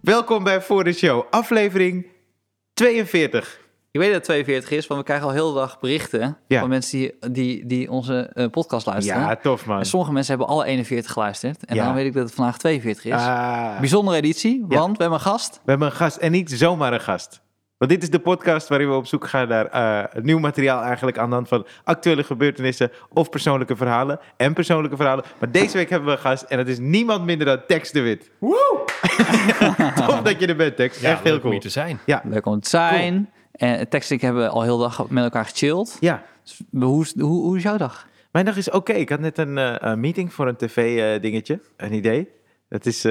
Welkom bij Voor de Show, aflevering 42. Ik weet dat het 42 is, want we krijgen al heel de dag berichten van mensen die onze podcast luisteren. Ja, tof man. En sommige mensen hebben alle 41 geluisterd. En dan weet ik dat het vandaag 42 is. Bijzondere editie, want we hebben een gast. We hebben een gast en niet zomaar een gast. Want dit is de podcast waarin we op zoek gaan naar nieuw materiaal eigenlijk aan de hand van actuele gebeurtenissen of persoonlijke verhalen en persoonlijke verhalen. Maar deze week hebben we een gast en dat is niemand minder dan Tex de Wit. Woe! Tof dat je er bent, Tex. Ja, echt heel cool cool. om hier te zijn. Ja. Leuk om te zijn. Cool. En Tex en ik hebben al heel de dag met elkaar gechilled. Ja. Hoe is jouw dag? Mijn dag is oké. Ik had net een meeting voor een tv-dingetje, een idee. Dat is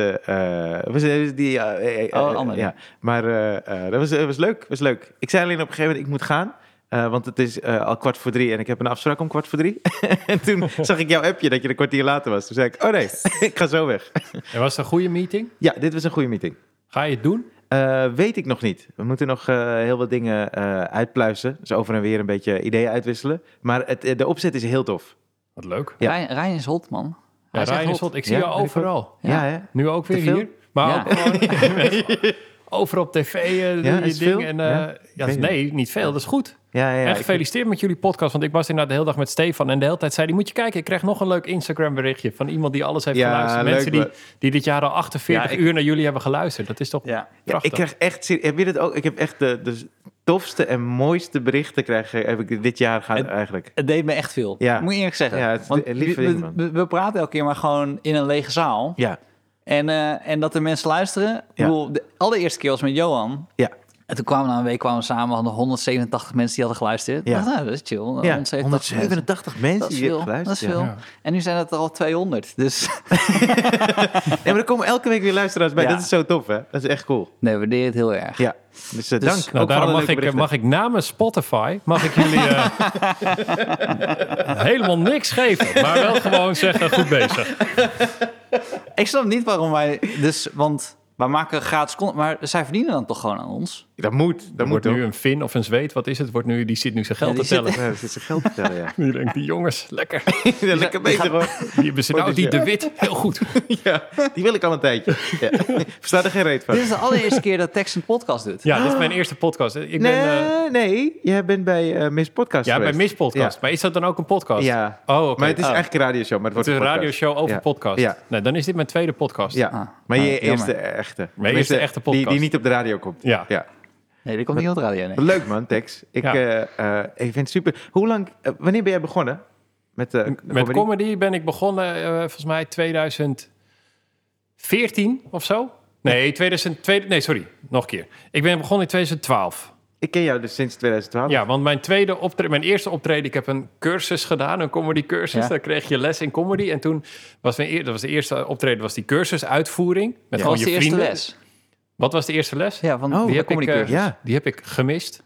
maar dat was leuk. Ik zei alleen op een gegeven moment, ik moet gaan. Want het is al 2:45 en ik heb een afspraak om 2:45. En toen zag ik jouw appje dat je een kwartier later was. Toen zei ik, oh nee, ik ga zo weg. En was het een goede meeting? Ja, dit was een goede meeting. Ga je het doen? Weet ik nog niet. We moeten nog heel wat dingen uitpluizen. Dus over en weer een beetje ideeën uitwisselen. Maar de opzet is heel tof. Wat leuk. Ja. Rijn is hot, man. Ja, Rijn is hot. Ik zie je overal. Ja, hè? Nu ook weer hier. Maar ook gewoon over op tv doe je ding. En, nee, niet veel. Dat is goed. Ja, en gefeliciteerd met jullie podcast. Want ik was inderdaad de hele dag met Stefan. En de hele tijd zei hij, moet je kijken. Ik kreeg nog een leuk Instagram berichtje van iemand die alles heeft geluisterd. Leuk, mensen die dit jaar al 48 uur naar jullie hebben geluisterd. Dat is toch prachtig. Ja, ik krijg echt... Heb je dat ook? Ik heb echt de tofste en mooiste berichten heb ik dit jaar gehad eigenlijk. Het deed me echt veel. Ja. Moet je eerlijk zeggen. Ja, we praten elke keer maar gewoon in een lege zaal. Ja. En dat er mensen luisteren. Ik bedoel, de allereerste keer was met Johan. Ja. En toen kwamen we een week samen. We hadden 187 mensen die hadden geluisterd. Ja. Ik dacht, nou, dat is chill. 187 mensen die hebben geluisterd. Dat is veel. Ja. En nu zijn het er al 200. Dus. Maar er komen elke week weer luisteraars bij. Ja. Dat is zo tof, hè? Dat is echt cool. Nee, we waarderen het heel erg. Ja. Dus dank. Nou, daarom mag ik namens Spotify jullie helemaal niks geven. Maar wel gewoon zeggen, goed bezig. Ik snap niet waarom wij... Want wij maken gratis content, maar zij verdienen dan toch gewoon aan ons? Dat moet. Er wordt nu een Fin of een Zweed, wat is het? Die zit nu zijn geld te tellen. Ja, die zit zijn geld te tellen, ja. Nu denk ik, die jongens, lekker. Lekker bezig, hoor. Die hebben ze nou, die De Wit, heel goed. Ja, die wil ik al een tijdje. Ja. Verstaat er geen reet van. Dit is de allereerste keer dat Tex een podcast doet. Ja, dit is mijn eerste podcast. Nee, jij bent bij Miss Podcast geweest. Bij Miss Podcast. Ja. Maar is dat dan ook een podcast? Ja. Oh, okay. Maar het is eigenlijk een radioshow. Maar het is een radioshow over podcast. Ja. Nee, dan is dit mijn tweede podcast. Ja. Maar je eerste echte. Mijn eerste echte podcast. Die niet op de radio komt. Ja. Nee, die komt niet op de radio. Nee. Leuk man, Tex. Ik vind het super. Wanneer ben jij begonnen? Met comedy ben ik begonnen volgens mij 2014 of zo. Nee, nog een keer. Ik ben begonnen in 2012. Ik ken jou dus sinds 2012. Ja, want mijn eerste optreden, ik heb een cursus gedaan, een comedy cursus. Ja. Daar kreeg je les in comedy. En toen was de eerste optreden, was die cursusuitvoering. Met gewoon je vrienden. Les? Wat was de eerste les? Ja, van die comedy cursus. Die heb ik gemist.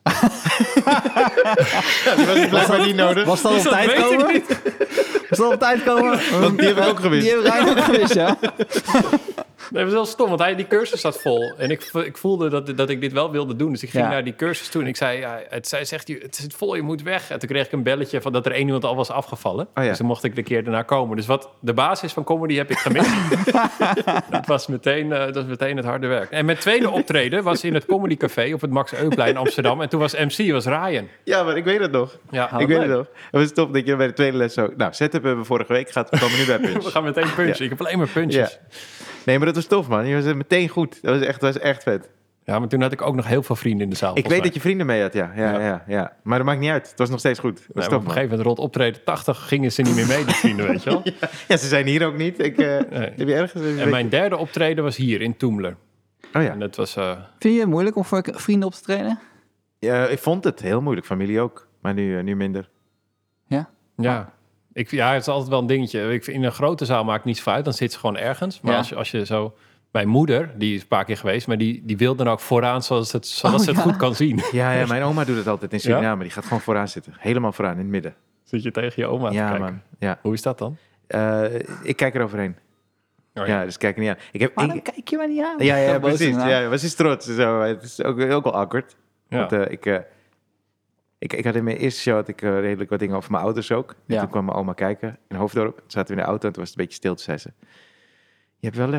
Die was blijkbaar niet nodig. Was dat op tijd komen? Was dat op tijd komen? Want die heb ik ook gemist. Die heb ik ook gemist, ja. Nee, dat was heel stom, want die cursus zat vol. En ik voelde dat ik dit wel wilde doen. Dus ik ging naar die cursus toe en ik zei... Zij zegt, het zit vol, je moet weg. En toen kreeg ik een belletje van dat er iemand al was afgevallen. Oh, ja. Dus dan mocht ik de keer daarna komen. Dus de basis van comedy heb ik gemist. dat was meteen het harde werk. En mijn tweede optreden was in het Comedy Café op het Max Euwplein in Amsterdam. En toen was MC, Ryan. Ja, maar ik weet het nog. Ja, ik weet het nog. Het was top dat je bij de tweede les zo... Nou, setup hebben we vorige week. We komen nu bij punch. We gaan meteen punchen. Ja. Ik heb alleen maar punches. Ja. Nee, maar dat was tof, man. Je was meteen goed. Dat was echt vet. Ja, maar toen had ik ook nog heel veel vrienden in de zaal. Ik weet dat je vrienden mee had, ja. Maar dat maakt niet uit. Het was nog steeds goed. Nee, op een gegeven moment rond optreden 80 gingen ze niet meer mee, die vrienden, weet je wel. Ja, ze zijn hier ook niet. Heb je ergens... En mijn derde optreden was hier in Toemler. Oh ja. En dat was... Vind je het moeilijk om voor vrienden op te trainen? Ja, ik vond het heel moeilijk. Familie ook. Maar nu minder. Ja? Ja. Het is altijd wel een dingetje. In een grote zaal maakt niet zoveel uit. Dan zit ze gewoon ergens. Maar als je zo... Mijn moeder, die is een paar keer geweest... maar die wil dan ook vooraan zodat ze het goed kan zien. Ja, mijn oma doet het altijd in Suriname. Ja? Die gaat gewoon vooraan zitten. Helemaal vooraan, in het midden. Zit je tegen je oma te kijken? Man. Ja. Hoe is dat dan? Ik kijk er overheen. Oh, ja. Dus kijk er niet aan. Dan kijk je maar niet aan. Ja, precies. Ja, was is trots. Zo. Het is ook wel awkward. Ja. Want ik had in mijn eerste show redelijk wat dingen over mijn ouders ook. En toen kwam mijn oma kijken in Hoofddorp. Toen zaten we in de auto en toen was het een beetje stil. Toen zei ze, je hebt wel lef.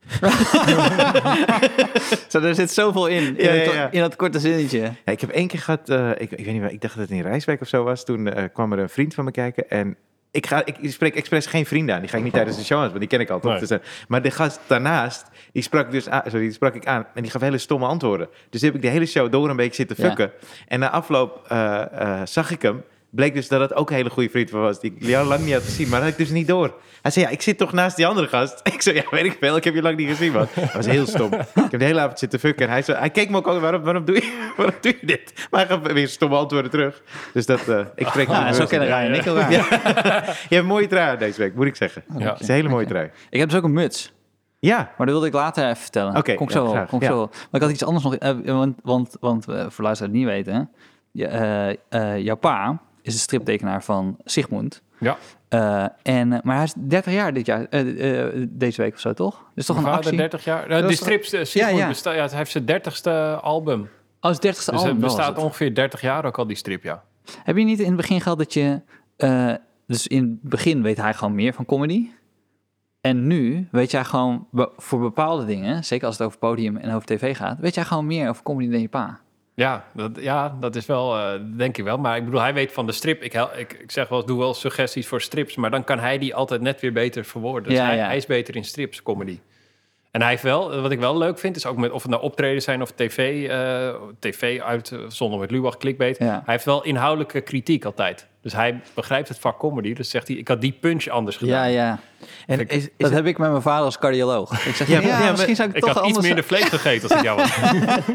Zo, er zit zoveel in in dat korte zinnetje. Ja, ik heb 1 keer gehad, ik weet niet waar, ik dacht dat het in Rijswijk of zo was. Toen kwam er een vriend van me kijken en ik spreek expres geen vrienden aan. Die ga ik niet tijdens de show aan, want die ken ik al. Nee. Dus, maar de gast daarnaast, die sprak ik aan en die gaf hele stomme antwoorden. Dus heb ik de hele show door een beetje zitten fucken. En na afloop zag ik hem. Bleek dus dat het ook een hele goede vriend van was. Die ik al lang niet had gezien, maar dat had ik dus niet door. Hij zei, ja, ik zit toch naast die andere gast. Ik zei, ja, weet ik veel, ik heb je lang niet gezien, man. Dat was heel stom. Ik heb de hele avond zitten fucken. En hij keek me ook al, waarom doe je dit? Maar hij gaf weer stomme antwoorden terug. Dus dat, ik spreek niet Zo kennen Ryan en ik elkaar. Je hebt een mooie trui aan deze week, moet ik zeggen. Ja. Het is een hele mooie trui. Ik heb dus ook een muts. Ja, Maar dat wilde ik later even vertellen. Oké, Kom ik ja, zo graag. op. Ja. Maar ik had iets anders nog. Voor luisteraars die het niet weten. Jouw pa is de striptekenaar van Sigmund. Ja. Maar hij is 30 jaar deze week of zo, toch? Dus toch Mijn een vader, actie? 30 jaar. Dat Die is strips, ja. Sigmund hij heeft zijn 30ste album. Oh, het 30ste Dus album. het dat was bestaat het. ongeveer 30 jaar ook al, die strip, ja. Heb je niet in het begin gehad dat je... dus in het begin weet hij gewoon meer van comedy. En nu weet jij gewoon voor bepaalde dingen... zeker als het over podium en over tv gaat... weet jij gewoon meer over comedy dan je pa. Ja, dat is wel, denk ik wel. Maar ik bedoel, hij weet van de strip. Ik zeg wel, doe wel suggesties voor strips... maar dan kan hij die altijd net weer beter verwoorden. Dus hij is beter in strips, comedy. En hij heeft wel, wat ik wel leuk vind... is ook met of het nou optreden zijn of tv zonder met Lubach, clickbait... Ja. Hij heeft wel inhoudelijke kritiek altijd. Dus hij begrijpt het vak comedy. Dus zegt hij, ik had die punch anders gedaan. Ja. en Dat heb ik met mijn vader als cardioloog. Ik zeg, Ja, misschien zou ik Ik toch had iets anders... minder vlees gegeten als ik jou was.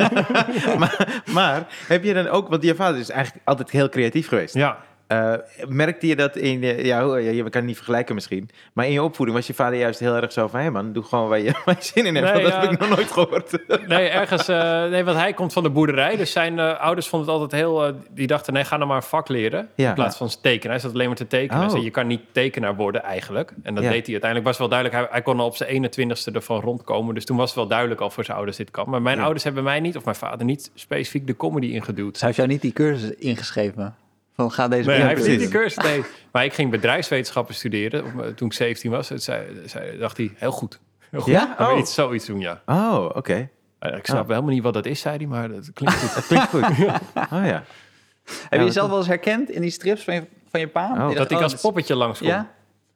maar heb je dan ook... Want je vader is eigenlijk altijd heel creatief geweest. Ja. Merkte je dat in... je kan het niet vergelijken misschien. Maar in je opvoeding was je vader juist heel erg zo van... Hé man, doe gewoon waar je zin in hebt. Nee, Want dat ja. heb ik nog nooit gehoord. Nee, ergens... want hij komt van de boerderij. Dus zijn ouders vonden het altijd heel... die dachten, nee, ga nou maar een vak leren. Ja. In plaats van tekenen. Hij zat alleen maar te tekenen. Hij Oh. zei, je kan niet tekenaar worden eigenlijk. En dat Ja. deed hij uiteindelijk. Was wel duidelijk. Hij kon al op zijn 21ste ervan rondkomen. Dus toen was het wel duidelijk al voor zijn ouders dit kan. Maar mijn ouders hebben mij niet, of mijn vader niet... specifiek de comedy ingeduwd. Zou jou niet die cursus ingeschreven? Van ga deze... Nee, Ja, hij heeft niet precies. die cursus. Nee. Maar ik ging bedrijfswetenschappen studeren toen ik 17 was. Dacht hij, heel goed. Heel goed. Ja? Gaan we Oh. zoiets doen, ja. Oh, oké. Ik snap helemaal niet wat dat is, zei hij, maar dat klinkt goed. Dat klinkt goed. Oh ja. Heb je jezelf wel eens herkend in die strips van je pa? Oh. Je dacht, Dat ik als dit is- poppetje langskom. Ja?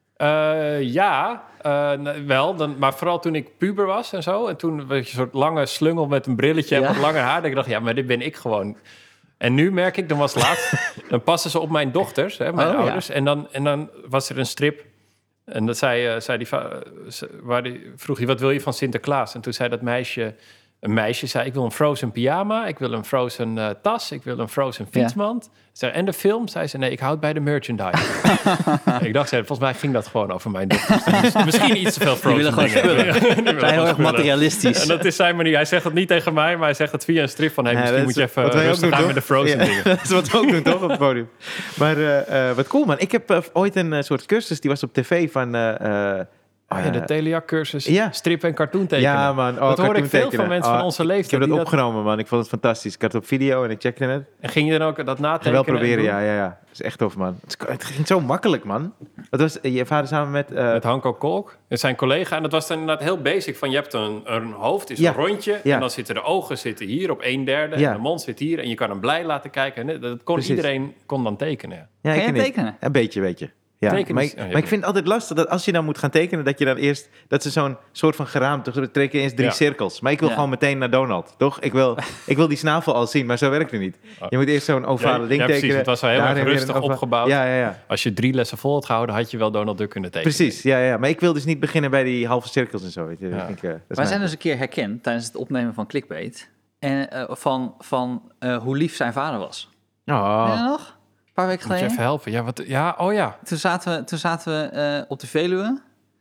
Wel. Maar vooral toen ik puber was en zo. En toen was je een soort lange slungel met een brilletje en Ja. wat langer haar. Dat ik dacht, ja, maar dit ben ik gewoon. En nu merk ik, dan was laatst... dan passen ze op mijn dochters, hè, mijn Oh, ja. ouders. En dan was er een strip. En dat zei vroeg hij, wat wil je van Sinterklaas? En toen zei dat meisje... Een meisje zei, ik wil een Frozen pyjama, ik wil een Frozen tas, ik wil een Frozen fietsmand. En de film, zei ze, nee, ik houd bij de merchandise. Ik dacht, volgens mij ging dat gewoon over mijn dochters. Dus misschien iets te veel Frozen willen gewoon dingen. spullen. Die willen Zijn heel gewoon erg spullen. materialistisch. En dat is zijn manier. Hij zegt het niet tegen mij, maar hij zegt het via een strip van... Hey, misschien dat moet je is even wat wij ook rustig doen, aan toch? met de Frozen Ja, dingen. dat is wat we ook doen, toch, op het podium. Maar wat cool, man. Ik heb ooit een soort cursus, die was op tv van... Oh ja, de Teliac-cursus, Ja. strip- en cartoon tekenen. Ja, man. dat hoor ik veel cartoontekenen. van mensen van onze leeftijd. Ik heb dat die opgenomen, man. Ik vond het fantastisch. Ik had het op video en ik checkte het. En ging je dan ook dat Ik ga natekenen? wel proberen, en doen? ja. Dat is echt tof, man. Het ging zo makkelijk, man. Dat was je vader samen met... Met Hanko Kolk, en zijn collega. En dat was dan inderdaad heel basic. Van je hebt een hoofd, is Ja. een rondje. Ja. En dan zitten de ogen hier op 1/3. Ja. En de mond zit hier. En je kan hem blij laten kijken. En dat kon Precies. iedereen kon dan tekenen. Ja, Kan ik jij niet. tekenen? Een beetje, weet je. Ja, Tekenen maar is- ik, oh, ja, maar ik vind het altijd lastig dat als je dan moet gaan tekenen, dat je dan eerst, dat ze zo'n soort van geraamte, we trekken eerst 3 Ja. cirkels. Maar ik wil Ja. gewoon meteen naar Donald, toch? Ik wil die snavel al zien, maar zo werkt het niet. Je moet eerst zo'n ovale Ja, ding ja, precies. tekenen. Het was wel heel daarin erg weer rustig een ovale- opgebouwd. Ja. Als je 3 lessen vol had gehouden, had je wel Donald Duck kunnen tekenen. Precies, ja. Maar ik wil dus niet beginnen bij die halve cirkels en zo. Weet je. Dat Ja. vind ik, dat is Wij mijn- zijn dus een keer herkend tijdens het opnemen van Clickbait. En van hoe lief zijn vader was. Oh. Weet je nog? Een paar weken Moet je geleden. even helpen? Ja. Toen zaten we op de Veluwe.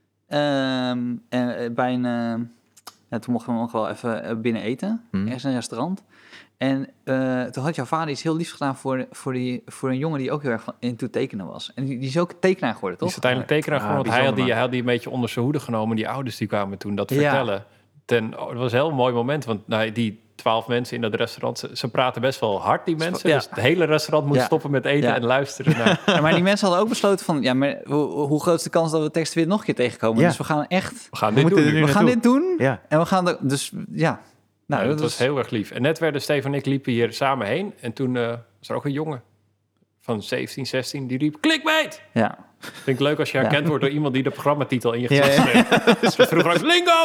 En bij een... toen mochten we nog wel even binnen eten. Ergens in een restaurant. En toen had jouw vader iets heel liefs gedaan voor een jongen die ook heel erg into tekenen was. En die is ook tekenaar geworden, Die toch? is uiteindelijk tekenaar geworden. Want hij bijzonder, had die een beetje onder zijn hoede genomen. Die ouders die kwamen toen dat Ja. vertellen. Het was een heel mooi moment. Want het 12 mensen in dat restaurant. Ze praten best wel hard, die mensen. Ja. Dus het hele restaurant moet stoppen met eten en luisteren naar... Ja, maar die mensen hadden ook besloten van... Ja, maar hoe groot is de kans dat we teksten weer nog een keer tegenkomen? Ja. Dus we gaan echt... We gaan We dit moeten doen er nu. nu We gaan naartoe. dit doen. Ja. En we gaan... Dus ja... Nou, dat was heel erg lief. En net werden Steven en ik liepen hier samen heen. En toen was er ook een jongen van 17, 16... die riep, clickbait! Ja. Vind ik leuk als je herkend wordt door iemand die de programmatitel in je Ja, gezicht ja. schreef. Dus vroeger ook, lingo!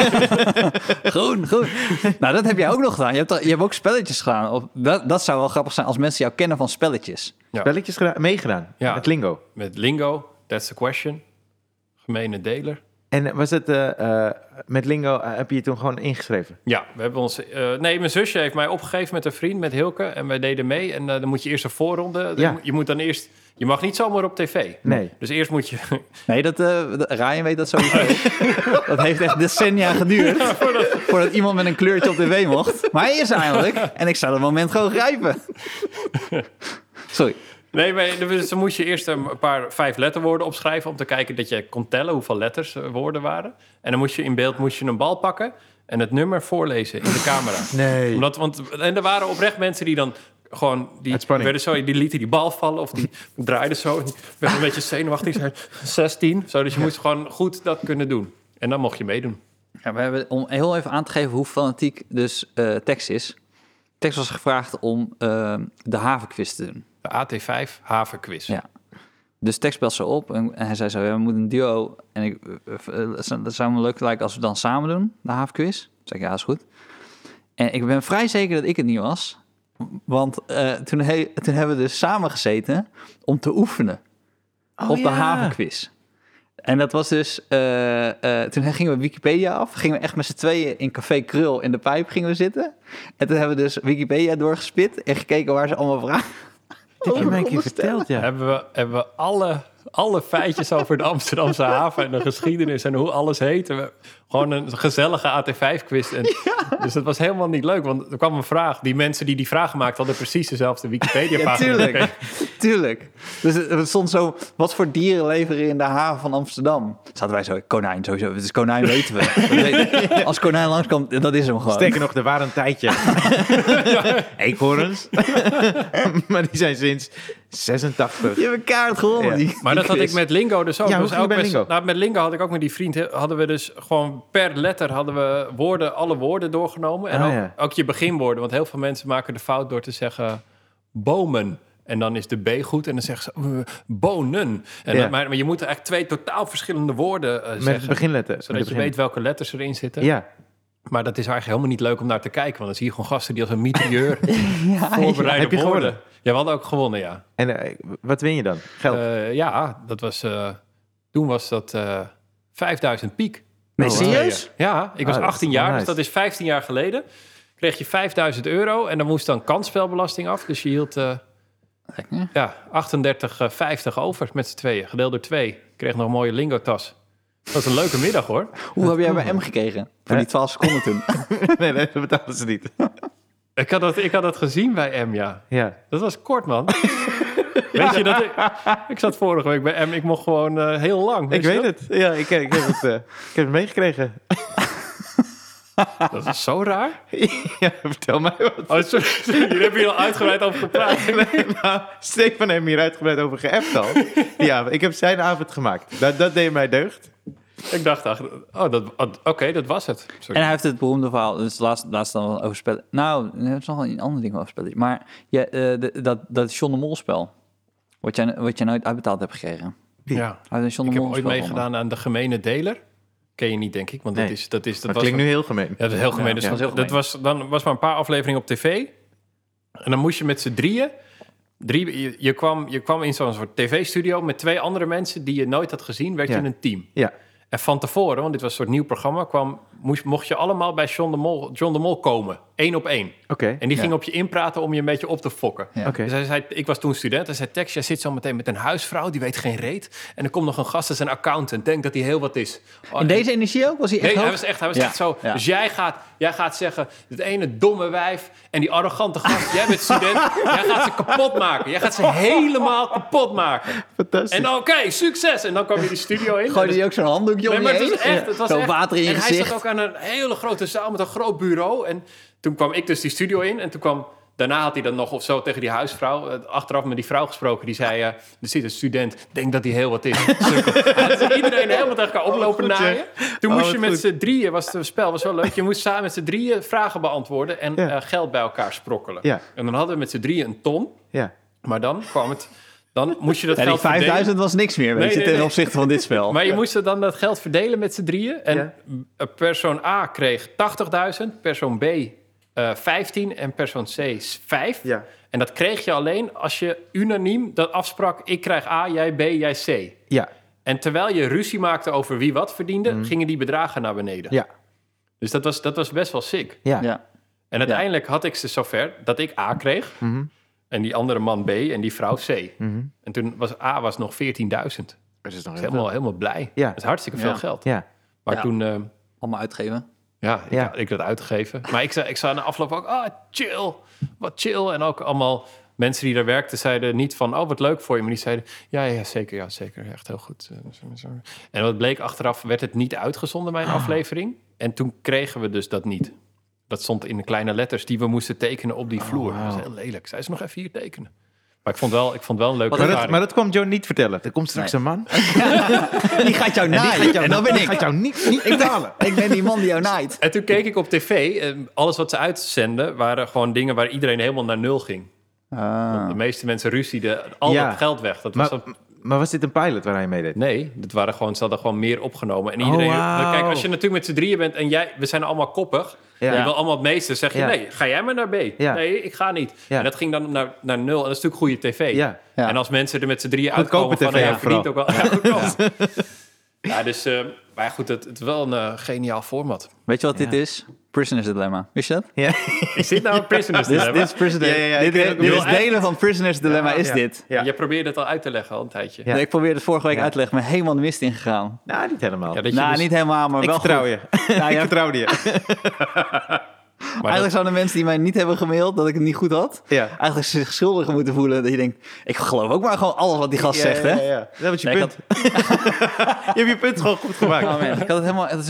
Groen. Nou, dat heb jij ook nog gedaan. Je hebt ook spelletjes gedaan. Dat zou wel grappig zijn als mensen jou kennen van spelletjes. Ja. Spelletjes meegedaan Ja. met Lingo. Met lingo, that's the question. Gemene deler. En was het met Lingo, heb je je toen gewoon ingeschreven? Ja, we hebben ons... mijn zusje heeft mij opgegeven met een vriend, met Hilke. En wij deden mee. En dan moet je eerst een voorronde... Ja. Je moet dan eerst... Je mag niet zomaar op tv. Nee. Dus eerst moet je... Nee, Ryan weet dat sowieso. Dat heeft echt decennia geduurd voordat iemand met een kleurtje op tv mocht. Maar hij is er eindelijk. En ik zou dat moment gewoon grijpen. Sorry. Nee, maar dus dan moest je eerst een paar 5 letterwoorden opschrijven... om te kijken dat je kon tellen hoeveel letters woorden waren. En dan moest je in beeld een bal pakken... en het nummer voorlezen in de camera. Nee. En er waren oprecht mensen die dan... Gewoon, die lieten die bal vallen of die draaiden zo. Die werden een beetje zenuwachtig. Die zeiden 16. Zo, dus je moest gewoon goed dat kunnen doen. En dan mocht je meedoen. Ja, we hebben, om heel even aan te geven hoe fanatiek dus Tex is. Tex was gevraagd om de havenquiz te doen. De AT5 havenquiz. Ja. Dus Tex belt ze op en hij zei zo... Ja, we moeten een duo. En dat zou me leuk lijken als we dan samen doen, de havenquiz. Toen zei ik, ja, is goed. En ik ben vrij zeker dat ik het niet was... Want toen hebben we dus samen gezeten om te oefenen op de havenquiz. En dat was dus... toen gingen we Wikipedia af. Gingen we echt met z'n tweeën in Café Krul in de pijp gingen we zitten. En toen hebben we dus Wikipedia doorgespit en gekeken waar ze allemaal vragen... Dit heb je mij een keer verteld, ja. Hebben we alle feitjes over de Amsterdamse haven... en de geschiedenis en hoe alles heet. Gewoon een gezellige AT5-quiz. Dus dat was helemaal niet leuk, want er kwam een vraag. Die mensen die vragen maakten hadden precies dezelfde Wikipedia-pagina. Ja, tuurlijk. Dus het stond zo... Wat voor dieren leven er in de haven van Amsterdam? Zaten wij zo, konijn sowieso. Dus konijn weten we. Als konijn langskomt, dat is hem gewoon. Sterker nog, er waren een tijdje eekhoorns. Maar die zijn sinds 86. Je hebt een kaart gewonnen. Ja. Maar dat had ik met Lingo dus ook. Ja, hoe dus ging het bij Lingo? Met Lingo had ik ook met die vriend... hadden we dus gewoon per letter hadden we alle woorden doorgenomen. En ook je beginwoorden. Want heel veel mensen maken de fout door te zeggen bomen. En dan is de B goed en dan zeggen ze bonen. En maar je moet eigenlijk 2 totaal verschillende woorden zeggen. Met het beginletter. Zodat je weet welke letters erin zitten. Ja. Maar dat is eigenlijk helemaal niet leuk om naar te kijken. Want dan zie je gewoon gasten die als een mitrieur voorbereiden Heb je woorden. gewonnen? Ja, we hadden ook gewonnen, ja. En wat win je dan? Geld? Ja, dat was... toen was dat 5000 piek. Nee, serieus? Ja, ik was dat is 18 wel jaar, nice. dus dat is 15 jaar geleden. Kreeg je 5000 euro en dan moest dan kansspelbelasting af. Dus je hield 38,50 over met z'n tweeën, gedeeld door 2. Kreeg nog een mooie lingotas. Dat was een leuke middag, hoor. Hoe heb jij bij M gekregen? Voor die 12 seconden toen. Nee, dat betalen ze niet. Ik had dat gezien bij M, ja. Ja. Dat was kort, man. Weet je dat ik zat vorige week bij M, ik mocht gewoon heel lang. Ik weet het. Ja, ik heb het meegekregen. Dat is zo raar. Ja, vertel mij wat. Oh, sorry, jullie hebben hier al uitgebreid over gepraat. Nou, Stefan heeft hier uitgebreid over geappt al. Ja, ik heb zijn avond gemaakt. Dat deed mij deugd. Ik dacht, oké, dat was het. Sorry. En hij heeft het beroemde verhaal, dus laatst dan wel over spellen. Nou, er is nog wel een ander ding over spellen. Maar dat John de Mol spel, wat jij nooit uitbetaald hebt gekregen. Ja. Hij heeft een John Ik de heb Mol ooit spel meegedaan aan de gemene deler. Ken je niet, denk ik. Want Nee. dat Dat was klinkt nu heel gemeen. Ja, dat is heel gemeen. Dus dat is heel gemeen. dan was maar een paar afleveringen op tv. En dan moest je met z'n drieën... Je kwam in zo'n soort tv-studio met 2 andere mensen die je nooit had gezien. Werd je in een team. Ja. En van tevoren, want dit was een soort nieuw programma... mocht je allemaal bij John de Mol komen. 1 op 1. Oké. En die ging op je inpraten om je een beetje op te fokken. Ja. Oké. Dus hij zei, ik was toen student. Hij zei, Tex, jij zit zo meteen met een huisvrouw. Die weet geen reet. En er komt nog een gast, dat is een accountant. Denkt dat hij heel wat is. In deze energie ook? Was hij echt Nee, hoog? hij was Ja, echt zo. ja. Dus jij gaat zeggen, het ene domme wijf en die arrogante gast, jij bent student, jij gaat ze kapot maken. Jij gaat ze helemaal kapot maken. Fantastisch. En dan, oké, succes. En dan kwam je die studio in. Gooide hij ook zo'n handdoekje om Nee, maar je het heen? was echt, het was Zo echt. water in je en gezicht. Hij zat ook ook aan een hele grote zaal met een groot bureau. En toen kwam ik dus die studio in. En toen kwam... Daarna had hij dan nog of zo tegen die huisvrouw... achteraf met die vrouw gesproken. Die zei, er zit een student, denk dat hij heel wat is. Dus iedereen helemaal tegen elkaar oplopen naaien. Toen moest je met z'n drieën, was het spel, was wel leuk. Je moest samen met z'n drieën vragen beantwoorden... en geld bij elkaar sprokkelen. Ja. En dan hadden we met z'n drieën een ton. Ja. Maar dan kwam het... Dan moest je dat die geld 5000 verdelen. was niks meer, weet je, ten opzichte van dit spel. Maar je moest dan dat geld verdelen met z'n drieën. En persoon A kreeg 80.000, persoon B 15 en persoon C 5. Ja. En dat kreeg je alleen als je unaniem dat afsprak... ik krijg A, jij B, jij C. Ja. En terwijl je ruzie maakte over wie wat verdiende... gingen die bedragen naar beneden. Ja. Dus dat was best wel sick. Ja. Ja. En uiteindelijk had ik ze zover dat ik A kreeg... en die andere man B en die vrouw C. En toen was A nog 14.000. Dat is nog Helemaal blij. Ja. Dat is hartstikke veel geld. Ja. Maar Ja. toen... Allemaal uitgeven. Ik had uitgegeven. Maar ik zei na afloop ook, chill, wat chill. En ook allemaal mensen die daar werkten zeiden niet van, wat leuk voor je. Maar die zeiden, ja, zeker, echt heel goed. En wat bleek achteraf, werd het niet uitgezonden, mijn aflevering. En toen kregen we dus dat niet. Dat stond in de kleine letters die we moesten tekenen op die vloer. Dat was heel lelijk. Zei ze nog even hier tekenen. Maar ik vond wel een leuke ervaring. Maar dat kwam Joe niet vertellen. Er komt straks een man. Die gaat jou naaien. En dan ben ik. Die gaat jou niet betalen. Ik ben die man die jou naait. En toen keek ik op tv. Alles wat ze uitzenden waren gewoon dingen waar iedereen helemaal naar nul ging. Want de meeste mensen ruzieden al dat geld weg. Dat was Maar was dit een pilot waar hij mee deed? Nee, ze hadden gewoon meer opgenomen. En iedereen... Kijk, als je natuurlijk met z'n drieën bent en we zijn allemaal koppig... Ja. Je wil allemaal het meeste. zeg je, nee, ga jij maar naar B. Ja. Nee, ik ga niet. Ja. En dat ging dan naar nul. En dat is natuurlijk goede tv. Ja. Ja. En als mensen er met z'n drieën Goedkope uitkomen van... TV je verdient ook wel... Ja, goedkoop. Ja. Dus... maar goed, het is wel een geniaal format. Weet je wat dit is? Prisoner's Dilemma. Wist je dat? Ja. Is dit nou een Prisoner's Dilemma? Dit is Prisoner's Ja, ik weet ook Dit wel. is delen van Prisoner's Dilemma, is dit. Ja. Je probeerde het al uit te leggen al een tijdje. Ja. Nee, ik probeerde het vorige week uit te leggen, maar helemaal de mist ingegaan. Nou, niet helemaal. Ja, dat je Nou, dus- niet helemaal, maar Ik wel vertrouw goed. je. Ja, Ik ja. vertrouwde je. Eigenlijk zouden mensen die mij niet hebben gemaild dat ik het niet goed had, Ja. eigenlijk zich schuldig moeten voelen. Dat je denkt, ik geloof ook maar gewoon alles wat die gast zegt, hè? Ja. Dat was je Nee, ik punt. Je hebt je punt gewoon goed gemaakt. Oh man, ik had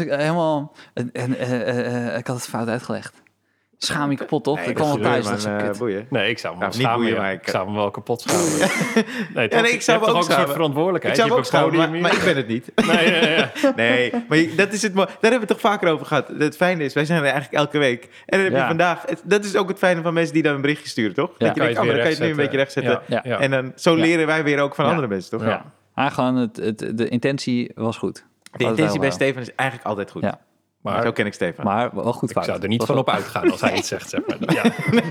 ik had het fout uitgelegd. Schaam je kapot, toch? Nee, ik kwam al dat is thuis. boeien, Dat is man, zo kut. boeien. Nee, ik zou me wel Nou, niet schamen. boeien, Ja. maar Ik zou me wel kapot schamen. Nee, nee, ik zou me ook toch een soort schamen. Ik verantwoordelijkheid. zou Je me ook hebt een schamen, podium maar hier. ik ben het niet. Nee. Nee, maar dat is het. Daar hebben we het toch vaker over gehad. Het fijne is, wij zijn er eigenlijk elke week. En dan heb je Ja. vandaag... Dat is ook het fijne van mensen die dan een berichtje sturen, toch? Ja. Dat je denkt, Kan je dan het kan je weer het nu een beetje rechtzetten. Ja. En dan, zo leren wij weer ook van Ja. andere mensen, toch? Ja. Maar gewoon, de intentie was goed. De intentie bij Stefan is eigenlijk altijd goed. Ja. Maar Zo ken ik Stefan. Maar wel goed ik fout. zou er niet Was van wel- op uitgaan als hij het zegt. Zeg maar. Ja.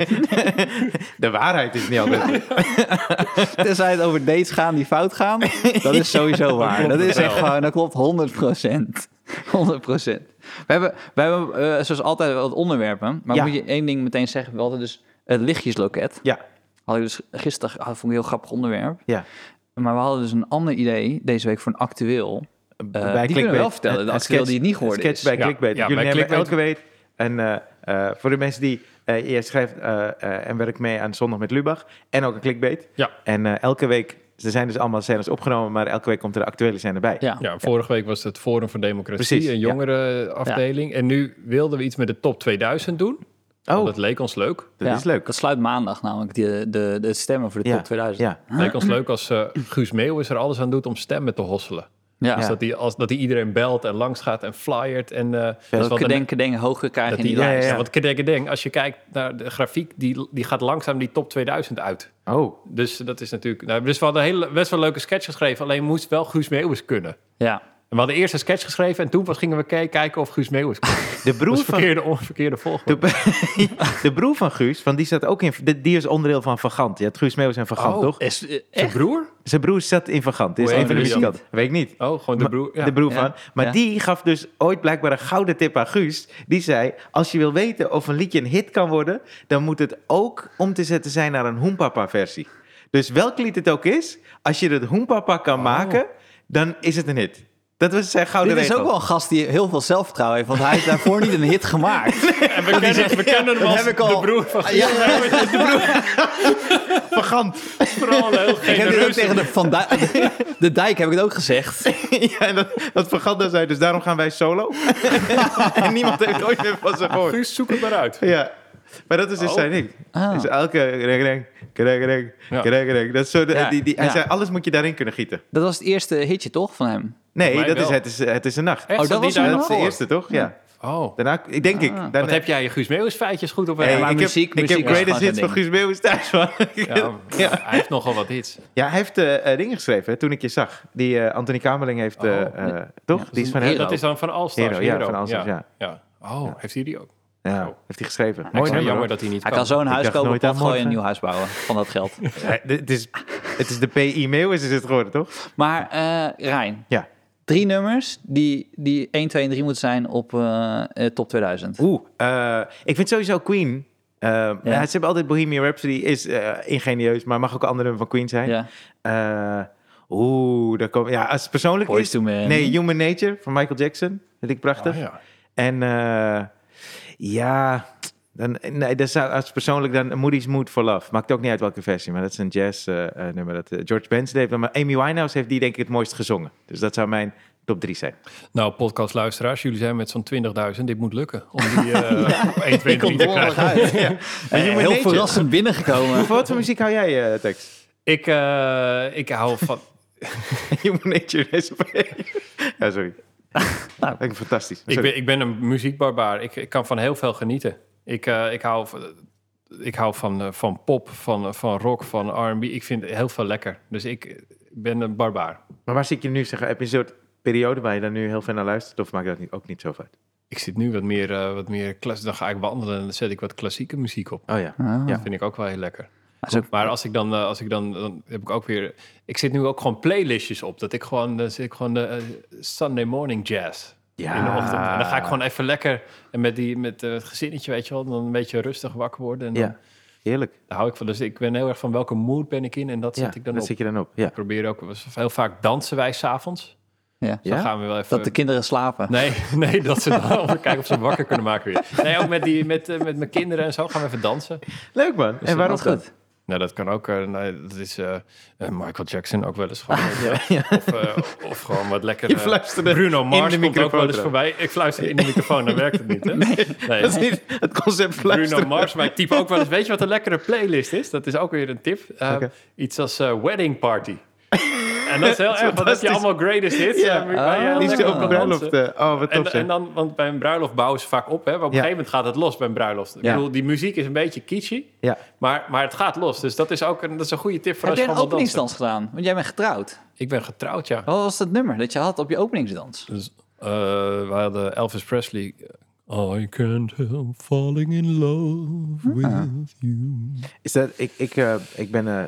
De waarheid is niet altijd... Tenzij het over dates gaan die fout gaan, dat is sowieso waar. klopt Dat is wel. echt gewoon, dat klopt 100%. 100%. We hebben zoals altijd wat onderwerpen, maar Ja. moet je één ding meteen zeggen. We hadden dus het lichtjesloket. Ja, Had ik dus gisteren, vond ik een heel grappig onderwerp. ja. Maar we hadden dus een ander idee deze week voor een actueel. Bij die kunnen we wel vertellen, de actueel die het niet geworden sketch is. bij Ja. Clickbait. Ja, Jullie bij nemen Clickbait. elke week... En voor de mensen die... jij schrijft en werkt mee aan Zondag met Lubach. En ook een Clickbait. Ja. En elke week... Er zijn dus allemaal scènes opgenomen, maar elke week komt er de actuele scène bij. Ja. Ja, vorige week was het Forum voor Democratie, Precies, een ja. jongerenafdeling. En nu wilden we iets met de top 2000 doen. Oh, Dat leek ons leuk. dat Ja, is leuk. Dat sluit maandag namelijk de stemmen voor de Ja. top 2000. Ja. Het leek ons leuk als Guus Meeuwis er alles aan doet om stemmen te hosselen. Ja. Dus dat hij iedereen belt en langs gaat en flyert. En, Dat wat kedeng hoger krijgen dat in die, die ja, lijst. ja. Want kedeng, als je kijkt naar de grafiek, die gaat langzaam die top 2000 uit. Oh, Dus dat is natuurlijk... Nou, dus we hadden best wel leuke sketch geschreven, alleen moest wel Guus Meeuwis kunnen. Ja. En we hadden eerst een sketch geschreven en toen gingen we kijken of Guus Meeuwis kon. de broer Dat is van... verkeerde volgorde. De broer van Guus, van die zat ook in... Die is onderdeel van Van Gant. Je had Guus Meeuwis en Van Gant, toch? Is, Zijn echt? broer? Zijn broer zat in Van Gant. Dit is Hoe een van de heet die dan? muzikanten. Weet ik niet. Oh, gewoon de broer. Ja. De broer Ja. van. Maar Ja. die gaf dus ooit blijkbaar een gouden tip aan Guus. Die zei, als je wil weten of een liedje een hit kan worden... dan moet het ook om te zetten zijn naar een Hoempapa-versie. Dus welk lied het ook is, als je het Hoempapa kan maken... dan is het een hit. Dat was zijn gouden Dit is regel. ook wel een gast die heel veel zelfvertrouwen heeft. Want hij heeft daarvoor niet een hit gemaakt. En we kennen hem als heb ik al- de broer van Ja, Vagant. vooral een heel ik heb dit ook genereuze... tegen de Dijk heb ik het ook gezegd. Ja, en dat Vagant dan zei, dus daarom gaan wij solo. En niemand heeft ooit meer van ze gehoord. Guus, zoek het maar uit. Ja, maar dat is dus Oh. zijn ding. Ah. Dus elke reng. Ja. Dat is zo Ja, hij ja. zei, alles moet je daarin kunnen gieten. Dat was het eerste hitje toch van hem? Nee, mij dat wel. is het is een nacht. Echt, Oh, zat dat die was daar hem nog Dat is de voor? eerste, toch? Ja. Oh, Daarna, ik denk ik. Daarna, wat heb jij je Guus Meeuwis feitjes goed op? Hey, maar ik muziek heb is greatest gewoon hits zijn van Guus Meeuwis thuis, man. Ja, hij heeft nogal wat hits. Ja, hij heeft dingen geschreven, hè, toen ik je zag. Die Anthony Kamerling heeft, toch? Ja, die is van Hero. hem. Dat is dan van Allstars. Hero, ja, van Allstars, ja. Oh, heeft hij die ook? Ja, Oh. heeft hij geschreven. Mooi Mooi nummer. nummer, Jammer hoor. dat hij niet Hij kan. kan zo een huis dacht kopen, nooit plat aan gooien en een morgen. nieuw huis bouwen van dat geld. Het is de PI Meeuwis is het geworden, toch? Maar Rijn, Ja. 3 nummers die 1, 2 en 3 moeten zijn op top 2000. Ik vind sowieso Queen. Ja, ze hebben altijd Bohemian Rhapsody is ingenieus, maar mag ook een andere van Queen zijn. Ja. Daar komt. Ja, als het persoonlijk Boyz is. II Men. Nee, Human Nature van Michael Jackson. Vind ik prachtig. Oh, ja. En dat zou als persoonlijk dan Moody's Mood for Love. Maakt ook niet uit welke versie, maar dat is een jazz nummer dat George Benson heeft. Maar Amy Winehouse heeft die denk ik het mooist gezongen. Dus dat zou mijn top 3 zijn. Nou, podcastluisteraars, jullie zijn met zo'n 20.000. Dit moet lukken om die 1, 2, 3 te krijgen. uit. Human Heel Nature. verrassend binnengekomen. Wat voor muziek hou jij, Tex? Ik hou van... Human Nature is ja, sorry. Nou. Vind ik fantastisch. Sorry. Ik ben een muziekbarbaar. Ik kan van heel veel genieten. Ik hou van pop, van rock, van R&B. Ik vind heel veel lekker. Dus ik ben een barbaar. Maar waar zit je nu? Zeg, heb je een soort periode waar je dan nu heel veel naar luistert? Of maakt dat ook niet zo uit? Ik zit nu wat meer klassiek. Dan ga ik wandelen en dan zet ik wat klassieke muziek op. Oh ja. Ah. Dat vind ik ook wel heel lekker. Dat is ook- Maar als ik dan heb ik ook weer... Ik zit nu ook gewoon playlistjes op. Dan zit ik gewoon de Sunday morning jazz in de ochtend. En dan ga ik gewoon even lekker... En met het gezinnetje, weet je wel, dan een beetje rustig wakker worden. En dan, Ja, heerlijk. daar hou ik van. Dus ik ben heel erg van welke mood ben ik in en dat Ja, zet ik dan dat op. zit je dan op. Ja. Ik probeer ook... Heel vaak dansen wij 's avonds. Ja. Dan Ja? gaan we wel even... Dat de kinderen slapen. Nee, dat ze dan om te kijken of ze hem wakker kunnen maken weer. Nee, ook met mijn kinderen en zo gaan we even dansen. Leuk man. En waarom Dat is goed. Nou, dat kan ook. Dat is Michael Jackson ook wel eens gewoon. Of gewoon wat lekker. Je fluisterde Bruno in Mars de komt ook microfoon wel eens trouwens. voorbij. Ik fluister in de microfoon, dan werkt het niet. Hè? Nee. Dat is niet het concept fluisteren. Bruno Mars, maar ik type ook wel eens. Weet je wat een lekkere playlist is? Dat is ook weer een tip. Oké. Iets als Wedding Party. En dat is heel erg, want dan heb je fantastisch. allemaal greatest hits. Ja. waar je heel Die is lekker op op een kan bruiloft. dansen. Wat tof En zijn. dan, want bij een bruiloft bouwen ze vaak op, hè? Maar op een gegeven moment gaat het los bij een bruiloft. Ik Ja. bedoel, die muziek is een beetje kitschy, Ja. maar het gaat los. Dus dat is ook een goede tip voor Heb als jij je een gewoon wil dansen. openingsdans gedaan? Want jij bent getrouwd. Ik ben getrouwd, ja. Wat was dat nummer dat je had op je openingsdans? Dus, we hadden Elvis Presley. I can't help falling in love with you. Is dat, ik ben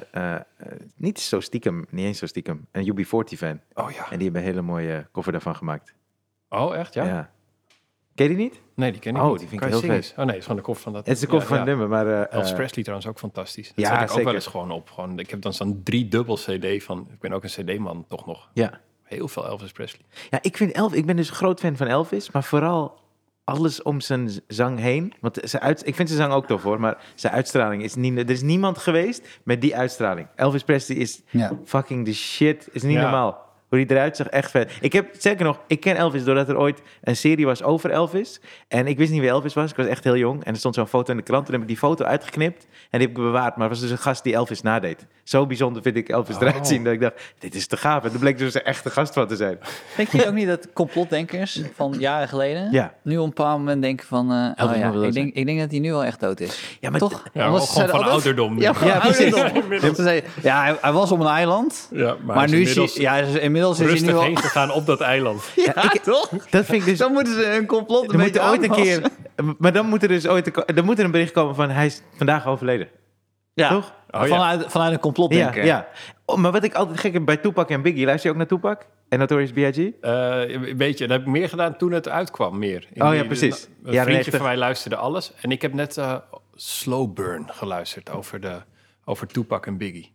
niet zo stiekem, niet eens zo stiekem, een UB40 fan. Oh ja. En die hebben een hele mooie cover daarvan gemaakt. Oh, echt? Ja? Ken je die niet? Nee, die ken ik Oh, niet. die vind ik Kan je heel zingen vet. eens? Oh nee, het is gewoon de koffer van dat. Het is de cover van het nummer, maar... Elvis Presley trouwens ook fantastisch. Dat Ja, zet ik ook zeker. wel eens gewoon op. Gewoon, ik heb dan zo'n 3-dubbel CD van... Ik ben ook een CD-man, toch nog. Ja. Heel veel Elvis Presley. Ja, ik ben dus een groot fan van Elvis, maar vooral alles om zijn zang heen. Want ik vind zijn zang ook tof hoor, maar zijn uitstraling is niet... Er is niemand geweest met die uitstraling. Elvis Presley is fucking the shit, is niet Ja. normaal. Hoe die eruit zag, echt vet. Zeker nog, ik ken Elvis doordat er ooit een serie was over Elvis. En ik wist niet wie Elvis was, ik was echt heel jong. En er stond zo'n foto in de krant, toen heb ik die foto uitgeknipt. En die heb ik bewaard, maar het was dus een gast die Elvis nadeed. Zo bijzonder vind ik Elvis eruit zien, dat ik dacht, dit is te gaaf. En er bleek dus een echte gast van te zijn. Denk je ook niet dat complotdenkers van jaren geleden... Ja. nu op een bepaald moment denken van... Elvis mag wel ik zijn. denk dat hij nu wel echt dood is. Ja, maar Toch? Ja, Omdat ook ze gewoon zeiden van altijd- ouderdom. Ja, van Ja, precies. ouderdom. Ze zeiden, ja, hij was op een eiland. Ja, Maar nu is hij... Ja, inmiddels is hij nu rustig wel... heen gegaan op dat eiland. Ja, toch? Dat vind ik dus... Dan moeten ze een complot een Er moet beetje ooit een aanpassen. keer... Maar dan moet er dus ooit... Er moet er een bericht komen van, hij is vandaag overleden. Ja, Toch? Oh, ja. vanuit een complotdenker. Ja. Oh, maar wat ik altijd gek heb bij Tupac en Biggie... Luister je ook naar Tupac? En Notorious B.I.G.? Een beetje, dat heb ik meer gedaan toen het uitkwam, meer. Oh ja, precies. Een Jaren vriendje 90. van mij luisterde alles. En ik heb net Slow Burn geluisterd over Tupac en Biggie.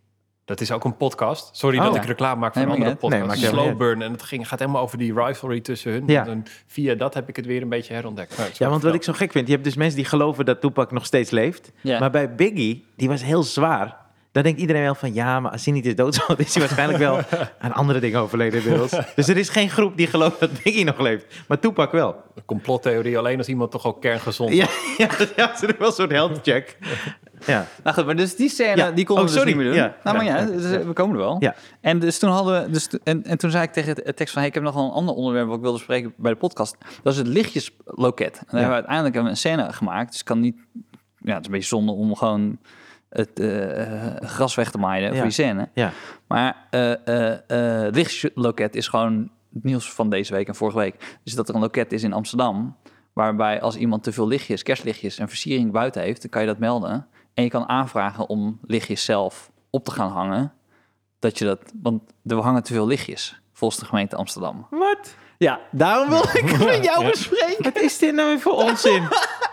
Dat is ook een podcast. Sorry dat ik reclame maak voor een andere podcast. Nee, Slow Burn. En het gaat helemaal over die rivalry tussen hun. Ja. En via dat heb ik het weer een beetje herontdekt. Ja, want wat ik zo gek vind, je hebt dus mensen die geloven dat Tupac nog steeds leeft. Ja. Maar bij Biggie, die was heel zwaar. Dan denkt iedereen wel van, ja, maar als hij niet is dood, is hij waarschijnlijk wel aan andere dingen overleden inmiddels. Dus er is geen groep die gelooft dat Biggie nog leeft. Maar Tupac wel. Een complottheorie alleen als iemand toch ook kerngezond is. Ja, ze doen wel een soort health check. Ja. Nou goed, maar dus die scène, die konden we dus niet meer doen. Ja. Nou, maar dus we komen er wel. Ja. En dus toen hadden we... En toen zei ik tegen het tekst van... Hey, ik heb nog wel een ander onderwerp wat ik wilde spreken bij de podcast. Dat is het lichtjesloket. En daar hebben we uiteindelijk een scène gemaakt. Dus ik kan niet... Ja, het is een beetje zonde om gewoon het gras weg te maaien voor die scène. Ja. Maar het lichtjesloket is gewoon het nieuws van deze week en vorige week. Dus dat er een loket is in Amsterdam... waarbij als iemand te veel lichtjes, kerstlichtjes en versiering buiten heeft... dan kan je dat melden... En je kan aanvragen om lichtjes zelf op te gaan hangen. Dat je dat, want er hangen te veel lichtjes, volgens de gemeente Amsterdam. Wat? Ja, daarom wil ik met jou bespreken. Wat is dit nou weer voor onzin?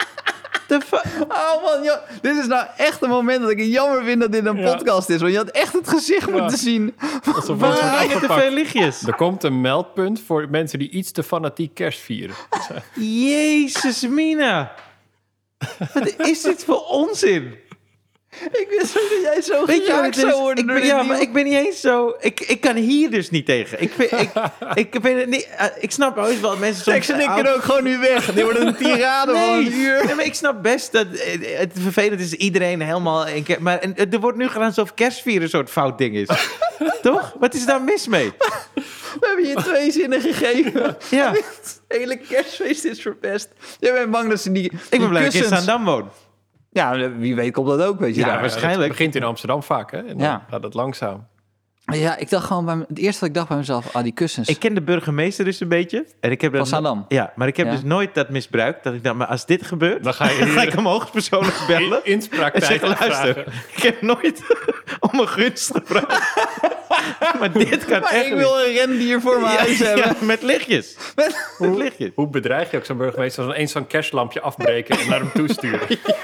Oh man, joh, dit is nou echt een moment dat ik het jammer vind dat dit een podcast is. Want je had echt het gezicht moeten zien. Waar hangen te veel lichtjes? Er komt een meldpunt voor mensen die iets te fanatiek kerst vieren. Jezus, Mina. Wat is dit voor onzin? Ik wist ook dat jij zo Weet je wat geraakt het is? zou worden. Maar ik ben niet eens zo... Ik kan hier dus niet tegen. Ik vind het niet... ik snap ooit wel dat mensen soms... Tex en ik kunnen ook gewoon nu weg. Die worden een tirade van een uur. Nee, maar ik snap best dat het vervelend is iedereen helemaal... Maar er wordt nu gedaan alsof kerstvieren een soort fout ding is. Toch? Wat is daar mis mee? We hebben je 2 zinnen gegeven. Ja. Het hele kerstfeest is verpest. Jij bent bang dat ze die Ik ben blij dat ik in Zaandam woon. Ja, wie weet komt dat ook, weet je. Ja, daar. waarschijnlijk. Het begint in Amsterdam vaak, hè? En dan gaat het langzaam. Ja, ik dacht gewoon, het eerste wat ik dacht bij mezelf, die kussens. Ik ken de burgemeester dus een beetje. En ik heb Van Zaandam? Ja, maar ik heb dus nooit dat misbruikt. Dat ik dacht, maar als dit gebeurt, Dan ga je dan ga ik hem hoogstpersoonlijk bellen. inspraaktijd En zeggen, luister, vragen. ik heb nooit om een gunst gevraagd. Maar dit kan Maar echt ik wil een rendier voor mijn huis hebben. Ja, met lichtjes. Met lichtjes. Hoe bedreig je ook zo'n burgemeester als eens zo'n kerstlampje afbreken en naar hem toesturen?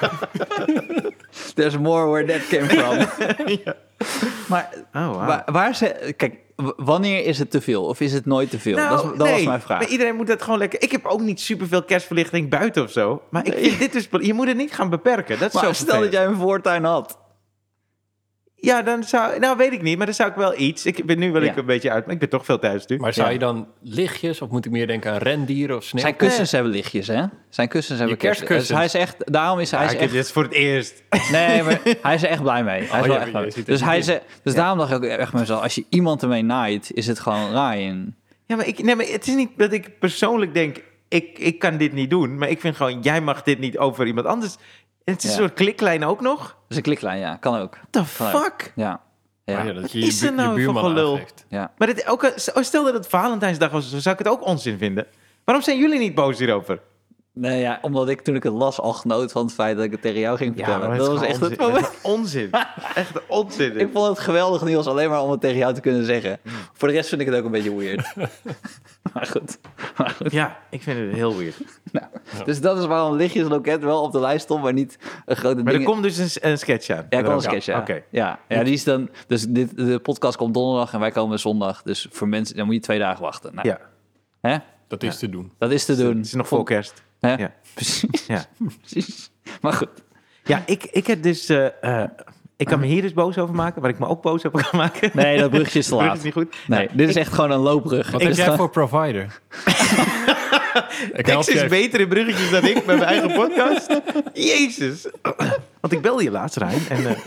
There's more where that came from. Maar kijk, wanneer is het te veel? Of is het nooit te veel? Nou, dat was mijn vraag. Maar iedereen moet dat gewoon lekker... Ik heb ook niet superveel kerstverlichting buiten of zo. Maar ik vind dit dus... Je moet het niet gaan beperken. Dat is Maar zo stel dat vervelend. jij een voortuin had. Ja, dan zou... Nou, weet ik niet. Maar dan zou ik wel iets... Ik ben nu wel een beetje uit... Maar ik ben toch veel thuis nu. Maar zou je dan lichtjes, of moet ik meer denken aan rendieren of sneeuw? Zijn kussens hebben lichtjes, hè? Zijn kussens hebben kerstkussens. Dus hij is echt... Daarom is hij is echt... Dit is voor het eerst. Nee, maar hij is er echt blij mee. Hij is wel echt blij. je ziet het Dus daarom dacht ik ook echt bij mezelf... Als je iemand ermee naait, is het gewoon Ryan. Ja, maar het is niet dat ik persoonlijk denk... Ik kan dit niet doen. Maar ik vind gewoon... Jij mag dit niet over iemand anders... Het is een soort kliklijn ook nog. Dus een kliklijn, ja. Kan ook. What the Kan ook. fuck? Ja. Ja. Ja, dat je Is er nou je voor buurman gelul? aangeeft. Ja. Maar stel dat het Valentijnsdag was, zou ik het ook onzin vinden. Waarom zijn jullie niet boos hierover? Nee, ja, omdat ik toen ik het las al genoot van het feit dat ik het tegen jou ging vertellen. maar Dat was het echt is het gewoon moment. onzin. Echt onzin. Ik vond het geweldig, Niels, alleen maar om het tegen jou te kunnen zeggen. Voor de rest vind ik het ook een beetje weird. maar goed. Ja, ik vind het heel weird. Nou, dus dat is waarom lichtjesloket wel op de lijst stond, maar niet een grote Maar ding. er komt dus een sketch aan. Ja, ik kan een sketch, ja. Oké. Ja, die is dan... Dus de podcast komt donderdag en wij komen zondag. Dus voor mensen, dan moet je 2 dagen wachten. Nou, Ja, hè? Dat is te doen. Dat is te doen. het is nog voor kerst. Hè? Ja. Precies. Ja, Precies. Maar goed. ja ik heb dus... ik kan me hier dus boos over maken, waar ik me ook boos over kan maken. Nee, dat brugje is te Brug laat. is niet goed. Nee, dit is echt gewoon een loopbrug. Wat Ik heb jij sta- voor provider? Ik help Tex is je. beter in bruggetjes dan ik met mijn eigen podcast. Jezus. Want ik belde je laatst, Rijn. En,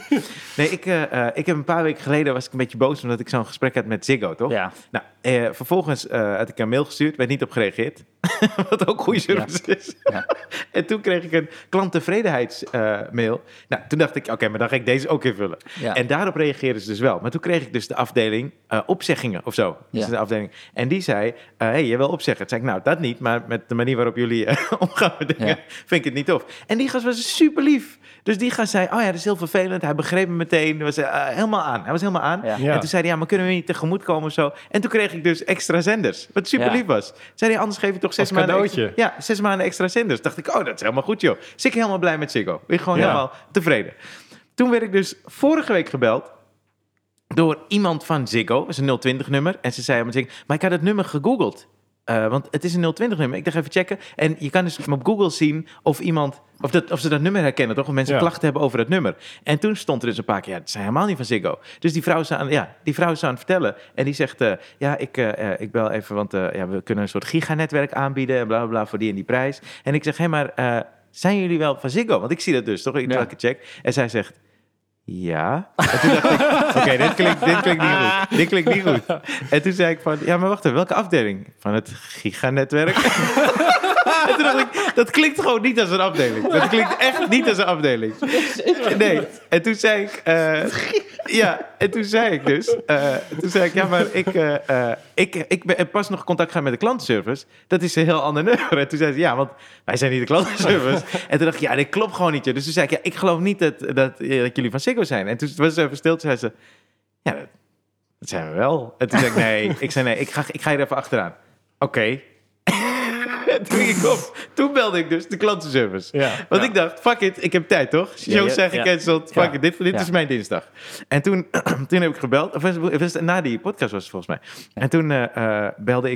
ik heb een paar weken geleden was ik een beetje boos omdat ik zo'n gesprek had met Ziggo, toch? Ja. Nou, vervolgens had ik een mail gestuurd, werd niet op gereageerd. Wat ook goede service is. Ja. En toen kreeg ik een klanttevredenheidsmail. Nou, toen dacht ik, oké, maar dan ga ik deze ook invullen. Ja. En daarop reageerden ze dus wel. Maar toen kreeg ik dus de afdeling opzeggingen of zo. Dus Ja. de afdeling. En die zei, hey, je wil opzeggen. Toen zei ik, nou, dat niet. Maar met de manier waarop jullie omgaan met dingen, Ja. vind ik het niet tof. En die gast was super lief. Dus die gast zei, oh ja, dat is heel vervelend. Hij begreep me meteen. Hij was helemaal aan. Hij was helemaal aan. Ja. Ja. En toen zei hij, ja, maar kunnen we niet tegemoet komen of zo? En toen kreeg ik dus extra zenders. Wat super lief was. Zei hij, anders geef je toch 6 Als maanden cadeautje. extra, ja, 6 maanden extra zenders. Dacht ik, oh, dat is helemaal goed, joh. Dus ik helemaal blij met Ziggo. Ben ik gewoon Ja. helemaal tevreden. Toen werd ik dus vorige week gebeld door iemand van Ziggo. Dat is een 020-nummer. En ze zei, maar ik had het nummer gegoogeld. Want het is een 020-nummer. Ik dacht even checken. En je kan dus op Google zien of iemand... Of ze dat nummer herkennen, toch? Of mensen klachten hebben over het nummer. En toen stond er dus een paar keer... het zijn helemaal niet van Ziggo. Dus die vrouw is aan het vertellen. En die zegt... ik bel even, want we kunnen een soort giganetwerk aanbieden... en bla, bla, bla, voor die en die prijs. En ik zeg, zijn jullie wel van Ziggo? Want ik zie dat dus, toch? Ik check. En zij zegt... Ja. En toen dacht ik, oké, dit klinkt niet goed. En toen zei ik van, maar wacht even, welke afdeling? Van het giganetwerk. En toen dacht ik, dat klinkt gewoon niet als een afdeling. Dat klinkt echt niet als een afdeling. Nee. En toen zei ik, ik ben pas nog contact gaan met de klantenservice. Dat is een heel ander nummer. En toen zei ze, want wij zijn niet de klantenservice. En toen dacht ik, dit klopt gewoon niet. Dus toen zei ik, ik geloof niet dat jullie van Ziggo zijn. En toen was ze even stil. Toen zei ze, dat zijn we wel. En toen zei ik, nee. Ik ga hier even achteraan. Oké. Toen ging ik op. Toen belde ik dus de klantenservice. Want ik dacht, fuck it, ik heb tijd, toch? Shows zijn gecanceld. Fuck it, dit is mijn dinsdag. En toen heb ik gebeld. Of was het na die podcast was het volgens mij. En toen belde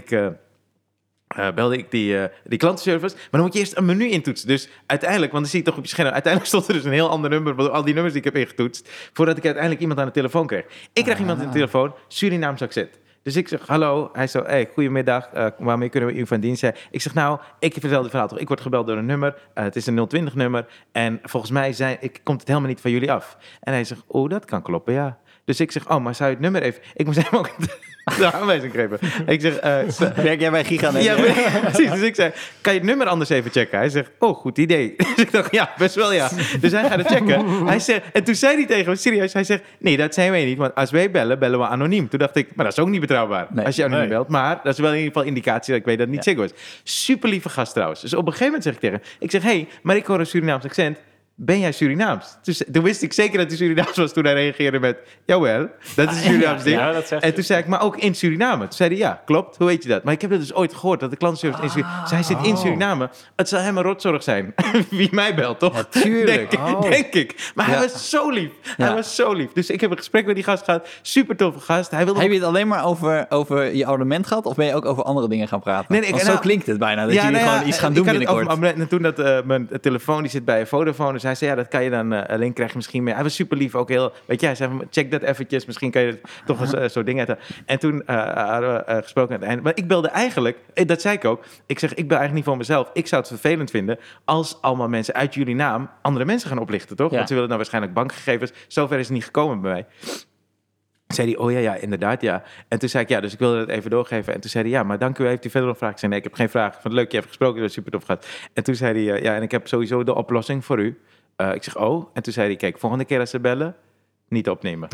ik die klantenservice. Maar dan moet je eerst een menu intoetsen. Dus uiteindelijk, want dan zie je toch op je scherm... uiteindelijk stond er dus een heel ander nummer... van al die nummers die ik heb ingetoetst... voordat ik uiteindelijk iemand aan de telefoon kreeg. Ik krijg iemand aan de telefoon, Surinaams accent. Dus ik zeg, hallo. Hij zo, goedemiddag, waarmee kunnen we u van dienst zijn? Ik zeg, ik vertel het verhaal toch. Ik word gebeld door een nummer, het is een 020-nummer... en volgens mij komt het helemaal niet van jullie af. En hij zegt, dat kan kloppen, ja. Dus ik zeg, maar zou je het nummer even... Ik moest hem ook de aanwijzing geven. Ik zeg... werk jij bij Giganet? Ja, precies. Dus ik zei, kan je het nummer anders even checken? Hij zegt, goed idee. Dus ik dacht, best wel ja. Dus hij gaat het checken. Hij zegt, en toen zei hij tegen me, serieus, hij zegt, nee, dat zijn wij niet. Want als wij bellen we anoniem. Toen dacht ik, maar dat is ook niet betrouwbaar. Nee, als je anoniem belt. Maar dat is wel in ieder geval indicatie dat ik weet dat het niet Ziggo is. Super lieve gast trouwens. Dus op een gegeven moment zeg ik tegen hem, ik zeg, maar ik hoor een Surinaams accent. Ben jij Surinaams? Dus toen wist ik zeker dat hij Surinaams was toen hij reageerde met... Jawel, dat is een Surinaams ding. En toen zei ik, maar ook in Suriname. Toen zei hij, ja, klopt. Hoe weet je dat? Maar ik heb dat dus ooit gehoord, dat de klantenservice in Suriname... Zij zit in Suriname. Het zal hem een rotzorg zijn. Wie mij belt, toch? Ja, tuurlijk. Denk ik. Maar hij was zo lief. Hij was zo lief. Dus ik heb een gesprek met die gast gehad. Super toffe gast. Heb je het alleen maar over je abonnement gehad? Of ben je ook over andere dingen gaan praten? Nee, zo klinkt het bijna. Dat jullie gewoon iets gaan doen binnenkort. En toen dat mijn telefoon, die zit bij Vodafone... Dus hij zei, dat kan je dan alleen krijg je misschien meer. Hij was super lief, ook heel... Weet je, hij zei, check dat eventjes. Misschien kan je toch eens zo'n ding uit. En toen hadden we gesproken aan het einde. Maar ik belde eigenlijk, dat zei ik ook... Ik zeg, ik bel eigenlijk niet voor mezelf. Ik zou het vervelend vinden als allemaal mensen uit jullie naam andere mensen gaan oplichten, toch? Want ze willen nou waarschijnlijk bankgegevens. Zover is het niet gekomen bij mij. Zei hij, ja, inderdaad, ja. En toen zei ik, dus ik wilde het even doorgeven. En toen zei hij, maar dank u, heeft u verder nog vragen? Ik zei, nee, ik heb geen vraag. Vond het leuk, je hebt gesproken, dat is super tof gehad. En toen zei hij, en ik heb sowieso de oplossing voor u. Ik zeg, En toen zei hij, kijk, volgende keer als ze bellen, niet opnemen.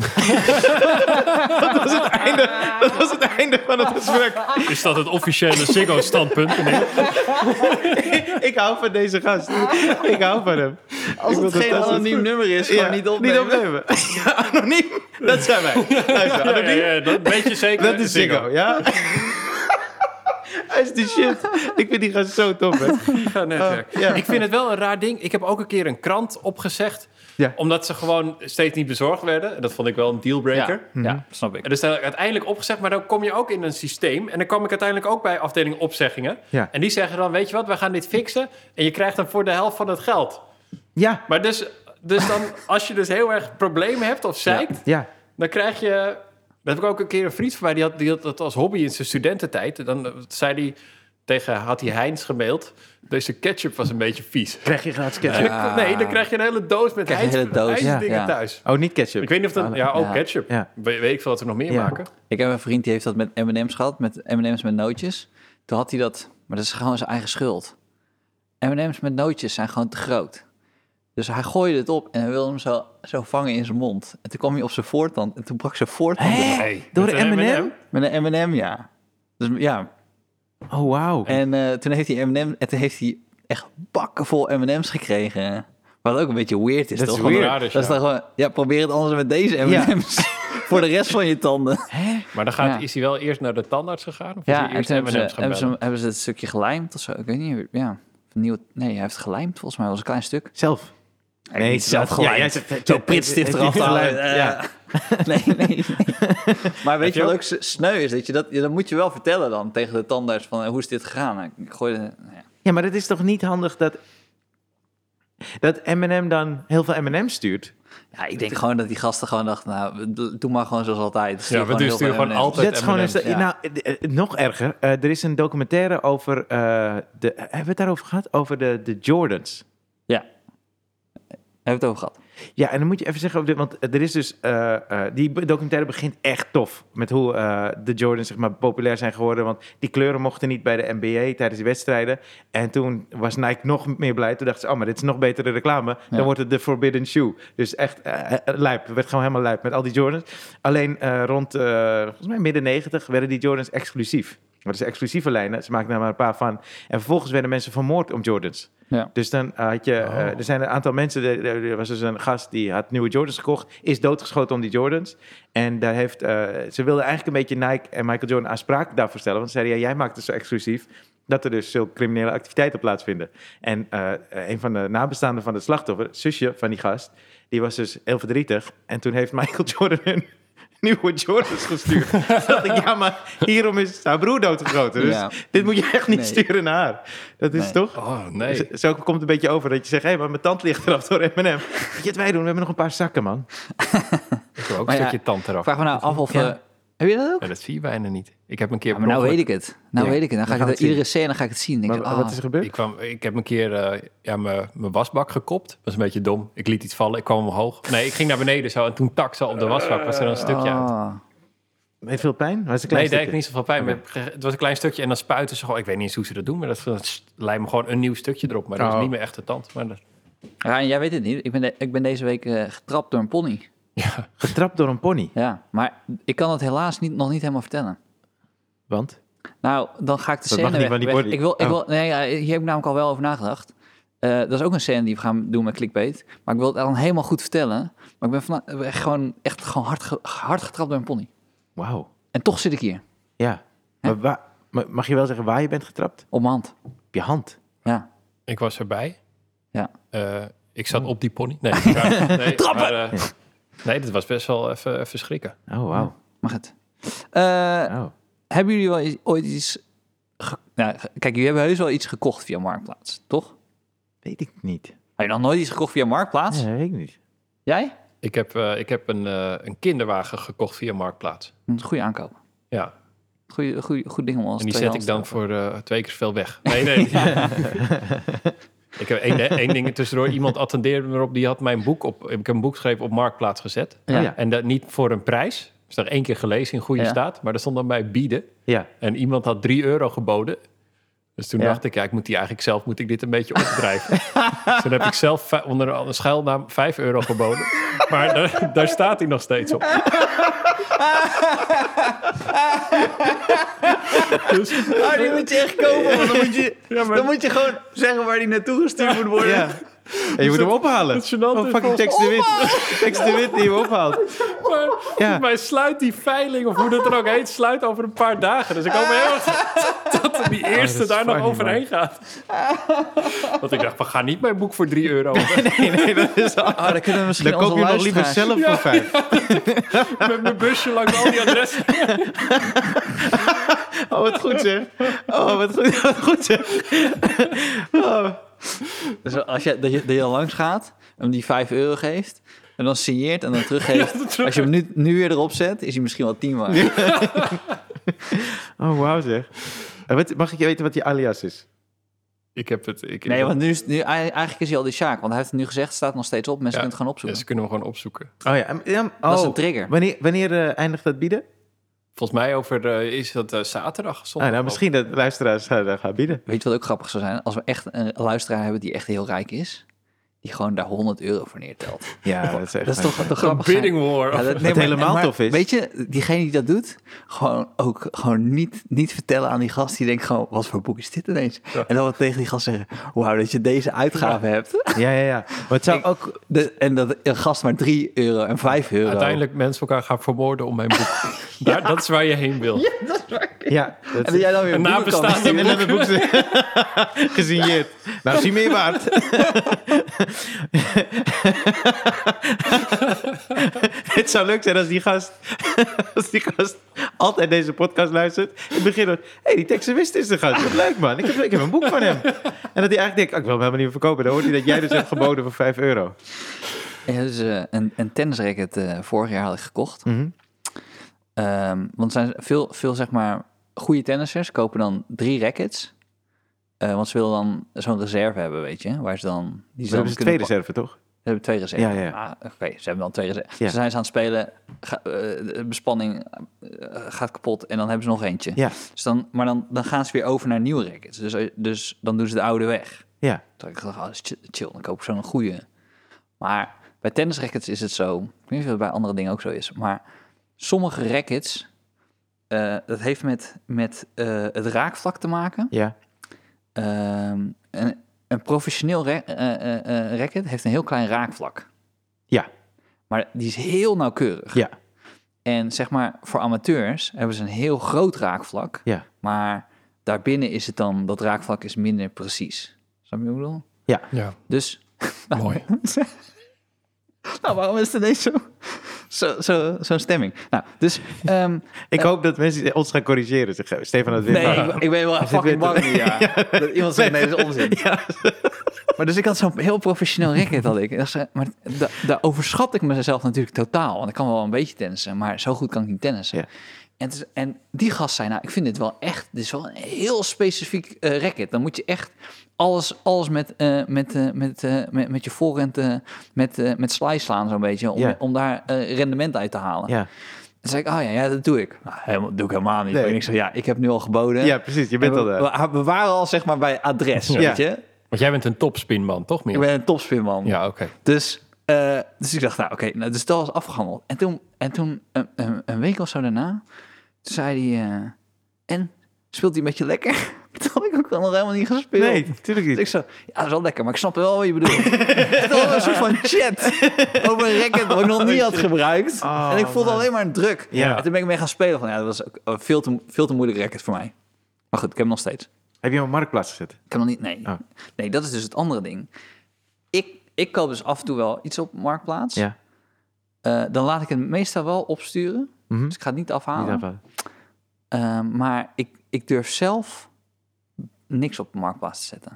Dat was het einde van het gesprek. Is dat het officiële Ziggo-standpunt? Ik hou van deze gast. Ik hou van hem. Als het geen anoniem nummer is, gewoon niet opnemen. Niet opnemen. Ja, anoniem, dat zijn wij. Anoniem, ja, dat weet je zeker. Dat is Ziggo, ja. Hij is de shit. Ik vind die gast zo tof, hè. Giganetwerk. Ik vind het wel een raar ding. Ik heb ook een keer een krant opgezegd. Ja. Omdat ze gewoon steeds niet bezorgd werden. En dat vond ik wel een dealbreaker. Ja, snap ik. En dus uiteindelijk opgezegd. Maar dan kom je ook in een systeem. En dan kwam ik uiteindelijk ook bij afdeling opzeggingen. Ja. En die zeggen dan, weet je wat, we gaan dit fixen. En je krijgt dan voor de helft van het geld. Ja. Maar dus dan, als je dus heel erg problemen hebt of zeikt... dan krijg je... Dat heb ik ook een keer een vriend van mij, die had dat als hobby in zijn studententijd. Dan zei hij had hij Heinz gemaild. Deze ketchup was een beetje vies. Krijg je gratis ketchup? Nee, dan krijg je een hele doos met Heinz dingen thuis. Oh, niet ketchup? Ik weet niet of dat... ook ketchup. Ja. Weet ik veel wat we nog meer maken. Ik heb een vriend die heeft dat met M&M's gehad. Met M&M's met nootjes. Toen had hij dat... Maar dat is gewoon zijn eigen schuld. M&M's met nootjes zijn gewoon te groot. Dus hij gooide het op en hij wilde hem zo vangen in zijn mond. En toen kwam hij op zijn voortand en toen brak zijn voortand. Door de M&M? Met een M&M, ja. Dus ja. Oh, wauw. En toen heeft hij M&M... En toen heeft hij echt bakken vol M&M's gekregen. Wat ook een beetje weird is, dat toch? Is weird. Dat is toch gewoon... Ja, probeer het anders met deze M&M's. Ja. Voor de rest van je tanden. Maar dan is hij wel eerst naar de tandarts gegaan? Of ja, en toen hebben ze het stukje gelijmd of zo. Ik weet niet, ja... Nee, hij heeft het gelijmd volgens mij. Dat was een klein stuk. Zelf? Nee, niet zelf ja, gelijk. jij zegt- Zo pritstift eraf te halen. Ja. Nee. Maar weet je wat ook sneu is? Dat moet je wel vertellen dan tegen de tandarts van hoe is dit gegaan? Ik gooi Ja, maar dat is toch niet handig dat M&M dan heel veel M&M's stuurt? Ja, ik denk gewoon dat die gasten gewoon dachten, nou, doe maar gewoon zoals altijd. Ja, we heel sturen veel gewoon M&M's. altijd Dat is gewoon M&M's. Ja. nou, nog erger. Er is een documentaire over hebben we het daarover gehad? Over de Jordans. Ja, hebben we het over gehad. Ja, en dan moet je even zeggen over dit, want er is dus die documentaire begint echt tof met hoe de Jordans zeg maar populair zijn geworden, want die kleuren mochten niet bij de NBA tijdens die wedstrijden. En toen was Nike nog meer blij. Toen dachten ze, maar dit is nog betere reclame. Dan Ja. wordt het de Forbidden Shoe. Dus echt lijp. Het werd gewoon helemaal lijp met al die Jordans. Alleen rond volgens mij midden 90 werden die Jordans exclusief. Dat is exclusieve lijnen. Ze maakten er maar een paar van. En vervolgens werden mensen vermoord om Jordans. Ja. Dus dan had je, er zijn een aantal mensen, er was dus een gast die had nieuwe Jordans gekocht, is doodgeschoten om die Jordans. En daar heeft, ze wilden eigenlijk een beetje Nike en Michael Jordan aansprakelijk daarvoor stellen. Want ze zeiden, ja, jij maakt het zo exclusief dat er dus zulke criminele activiteiten plaatsvinden. En een van de nabestaanden van het slachtoffer, zusje van die gast, die was dus heel verdrietig. En toen heeft Michael Jordan een nieuwe Jordans gestuurd. Toen dacht ik, ja, maar hierom is haar broer doodgeschoten. Dus Ja. dit moet je echt niet Nee. sturen naar haar. Dat is Nee. toch? Oh, nee. Zo komt het een beetje over dat je zegt, hé, maar mijn tand ligt eraf door M&M. Weet je wat wij doen? We hebben nog een paar zakken, man. Ik wil ook Maar een ja, stukje tand eraf. Vraag me nou af of... Ja. Heb je dat ook? Ja, dat zie je bijna niet. Ik heb een keer... Ja, maar nou per weet ongeluk- ik het. Nou Ja, weet ik het. Dan ga we gaan ik het het iedere scène ga ik het zien. Denk Maar ik, wat is er gebeurd? Ik heb een keer mijn wasbak gekopt. Dat was een beetje dom. Ik liet iets vallen. Ik kwam omhoog. Nee, ik ging naar beneden zo. En toen tak zo op de wasbak. Was er een stukje uit. Heeft veel pijn? Was het een Nee, klein deed ik niet zoveel pijn. Maar het was een klein stukje. En dan spuiten ze gewoon... Ik weet niet eens hoe ze dat doen. Maar dat lijkt me gewoon een nieuw stukje erop. Maar dat is Oh. niet meer echt de tand. Maar Ryan, jij weet het niet. Ik ben deze week getrapt door een pony. ja. Getrapt door een pony. Ja, maar ik kan het helaas nog niet helemaal vertellen. Want? Nou, dan ga ik de Dat scène mag niet van die weg. pony. Ik wil, nee, ja, hier heb ik namelijk al wel over nagedacht. Dat is ook een scène die we gaan doen met Clickbait. Maar ik wil het dan helemaal goed vertellen. Maar ik ben echt gewoon hard getrapt door een pony. Wauw. En toch zit ik hier. Ja. Maar mag je wel zeggen waar je bent getrapt? Op mijn hand. Op je hand. Ja. Ik was erbij. Ja. Ik zat op die pony. Nee, nee, Trappen! maar, nee, dit was best wel even schrikken. Oh, wauw. Mag het. Oh. Hebben jullie wel ooit iets... Nou, kijk, jullie hebben heus wel iets gekocht via Marktplaats, toch? Weet ik niet. Heb je nog nooit iets gekocht via Marktplaats? Nee, weet ik niet. Jij? Ik heb een kinderwagen gekocht via Marktplaats. Dat is een goede aankoop. Ja, Goed ding om als en die tweedehands zet ik dan te kopen. voor 2 keer zoveel weg. Nee. Ik heb één ding tussendoor. Iemand attendeerde me erop. Die had mijn boek op... Ik heb een boek geschreven op Marktplaats gezet. Ja. Oh, ja. En dat niet voor een prijs. Dus nog 1 keer gelezen in goede Ja. staat. Maar er stond dan bij bieden. Ja. En iemand had €3 geboden. Dus toen Ja. dacht ik, ik moet dit een beetje opdrijven. Dus toen heb ik zelf onder een schuilnaam €5 geboden. Maar daar staat hij nog steeds op. Die moet je echt kopen, want dan moet je gewoon zeggen waar die naartoe gestuurd moet worden. Ja. En je moet hem ophalen. het gênant is fucking Tex de Wit. Tex de Wit die hem ophaalt. Maar Ja. volgens mij sluit die veiling, of hoe dat er ook heet, sluit over een paar dagen. Dus ik hoop heel erg dat die eerste dat is daar nog funny, overheen gaat. Want ik dacht, we gaan niet mijn boek voor €3 Nee, dat is al... Oh, dan kunnen we misschien Dan koop je nog liever zelf voor 5. met mijn busje langs al die adressen. Oh, wat goed zeg. Oh, wat goed zeg. Oh. Dus als dat je dan langs gaat, hem die €5 geeft, en dan signeert en dan teruggeeft. Als je hem nu weer erop zet, is hij misschien wel 10 waard. Oh, wauw zeg. Mag ik je weten wat je alias is? Ik heb het... Nee, want nu eigenlijk is hij al die Sjaak. Want hij heeft het nu gezegd, staat nog steeds op. Mensen kunnen het gewoon opzoeken. Dus kunnen we gewoon opzoeken. Oh ja. Dat is een trigger. Wanneer eindigt dat bieden? Volgens mij is dat zaterdag, zondag. Nou, misschien dat luisteraars gaan bieden. Weet je wat ook grappig zou zijn? Als we echt een luisteraar hebben die echt heel rijk is, die gewoon daar €100 voor neertelt. Ja, dat is echt... Dat is toch Een grappig. bidding war. Ja, Wat helemaal tof is. Weet je, diegene die dat doet, gewoon niet vertellen aan die gast. Die denkt gewoon, wat voor boek is dit ineens? Ja. En dan wat tegen die gast zeggen, wauw, dat je deze uitgave hebt. Ja. Maar het zou ook... En dat een gast maar €3 en €5. Uiteindelijk mensen elkaar gaan vermoorden om mijn boek. Dat is waar je heen wil. Ja, dat En dat jij dan weer Een boeken kan nabestaande sturen. en dan het boek gesigneerd. Nou, zie meer waard. Het zou leuk zijn als die gast altijd deze podcast luistert. In het begin die textualist is de gast. Wat leuk, man. Ik heb een boek van hem. En dat hij eigenlijk denkt, ik wil hem helemaal niet meer verkopen. Dan hoort hij dat jij dus hebt geboden voor €5. Ja, dus een tennisracket vorig jaar had ik gekocht. Mhm. Want er zijn veel zeg maar goede tennissers kopen dan 3 rackets. Want ze willen dan zo'n reserve hebben, weet je. Waar ze dan... We hebben ze 2 reserve, toch? Ze hebben 2 reserves. Ja. Oké, ze hebben dan 2 reserves. Ja. Ze zijn ze aan het spelen, de bespanning gaat kapot en dan hebben ze nog eentje. Ja. Dus dan gaan ze weer over naar nieuwe rackets. Dus dan doen ze de oude weg. Ja. Toen ik dacht, dat is chill, dan koop ik zo'n goede. Maar bij tennisrackets is het zo, ik weet niet of het bij andere dingen ook zo is, maar sommige rackets, dat heeft met het raakvlak te maken. Ja. Een professioneel racket heeft een heel klein raakvlak. Ja. Maar die is heel nauwkeurig. Ja. En zeg maar, voor amateurs hebben ze een heel groot raakvlak. Ja. Maar daarbinnen is het dan, dat raakvlak is minder precies. Snap je wat ik bedoel? Ja, Dus... mooi. Nou, waarom is het ineens zo'n stemming? Nou, dus... Ik hoop dat mensen ons gaan corrigeren. Zeggen, Stefan, dat nee, ik ben wel fucking bang nu, ja. Dat iemand zegt, nee, dat is onzin. Ja. Maar dus ik had zo'n heel professioneel racket, had ik. Maar daar overschat ik mezelf natuurlijk totaal. Want ik kan wel een beetje tennissen, maar zo goed kan ik niet tennissen. Ja. En die gast zei, nou, ik vind dit wel echt... Dit is wel een heel specifiek racket. Dan moet je echt alles met je voorhand, met slice slaan zo'n beetje... om daar rendement uit te halen. Ja. Dan zei ik, ja, dat doe ik. Nou, doe ik helemaal niet. Nee. En ik zei, ik heb nu al geboden. Ja, precies. Je bent al daar. We waren al, zeg maar, bij adres, weet je. Want jij bent een topspinman, toch? Meer? Ik ben een topspinman. Ja, oké. Dus ik dacht, dus dat was afgehandeld. En toen een week of zo daarna, toen zei hij, en, speelt hij met je lekker? Toen had ik ook nog helemaal niet gespeeld. Nee, natuurlijk niet. Dus ik zo, ja, dat is wel lekker, maar ik snap wel wat je bedoelt. Het was een soort van chat over een racket dat ik nog niet had gebruikt. En ik voelde alleen maar een druk. Ja. En toen ben ik mee gaan spelen. Dat was ook veel te moeilijk racket voor mij. Maar goed, ik heb hem nog steeds. Heb je hem op Marktplaats gezet? Ik heb nog niet, nee. Oh. Nee, dat is dus het andere ding. Ik koop dus af en toe wel iets op Marktplaats. Ja. Dan laat ik het meestal wel opsturen. Mhm. Dus ik ga het niet afhalen. Niet afhalen. Maar ik durf zelf niks op Marktplaats te zetten.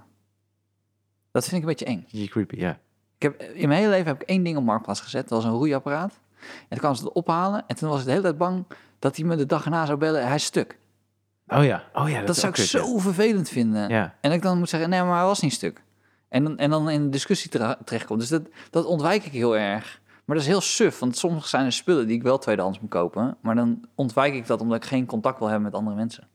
Dat vind ik een beetje eng. Je creepy, ja. In mijn hele leven heb ik 1 ding op Marktplaats gezet. Dat was een roeiapparaat. En toen kwam ze het ophalen. En toen was ik de hele tijd bang dat hij me de dag erna zou bellen. Hij is stuk. Oh ja. Dat zou ook ik kut, zo vervelend vinden. Ja. En ik dan moet zeggen, nee, maar hij was niet stuk. En dan in een discussie terechtkomt. Dus dat ontwijk ik heel erg. Maar dat is heel suf, want soms zijn er spullen die ik wel tweedehands moet kopen. Maar dan ontwijk ik dat omdat ik geen contact wil hebben met andere mensen.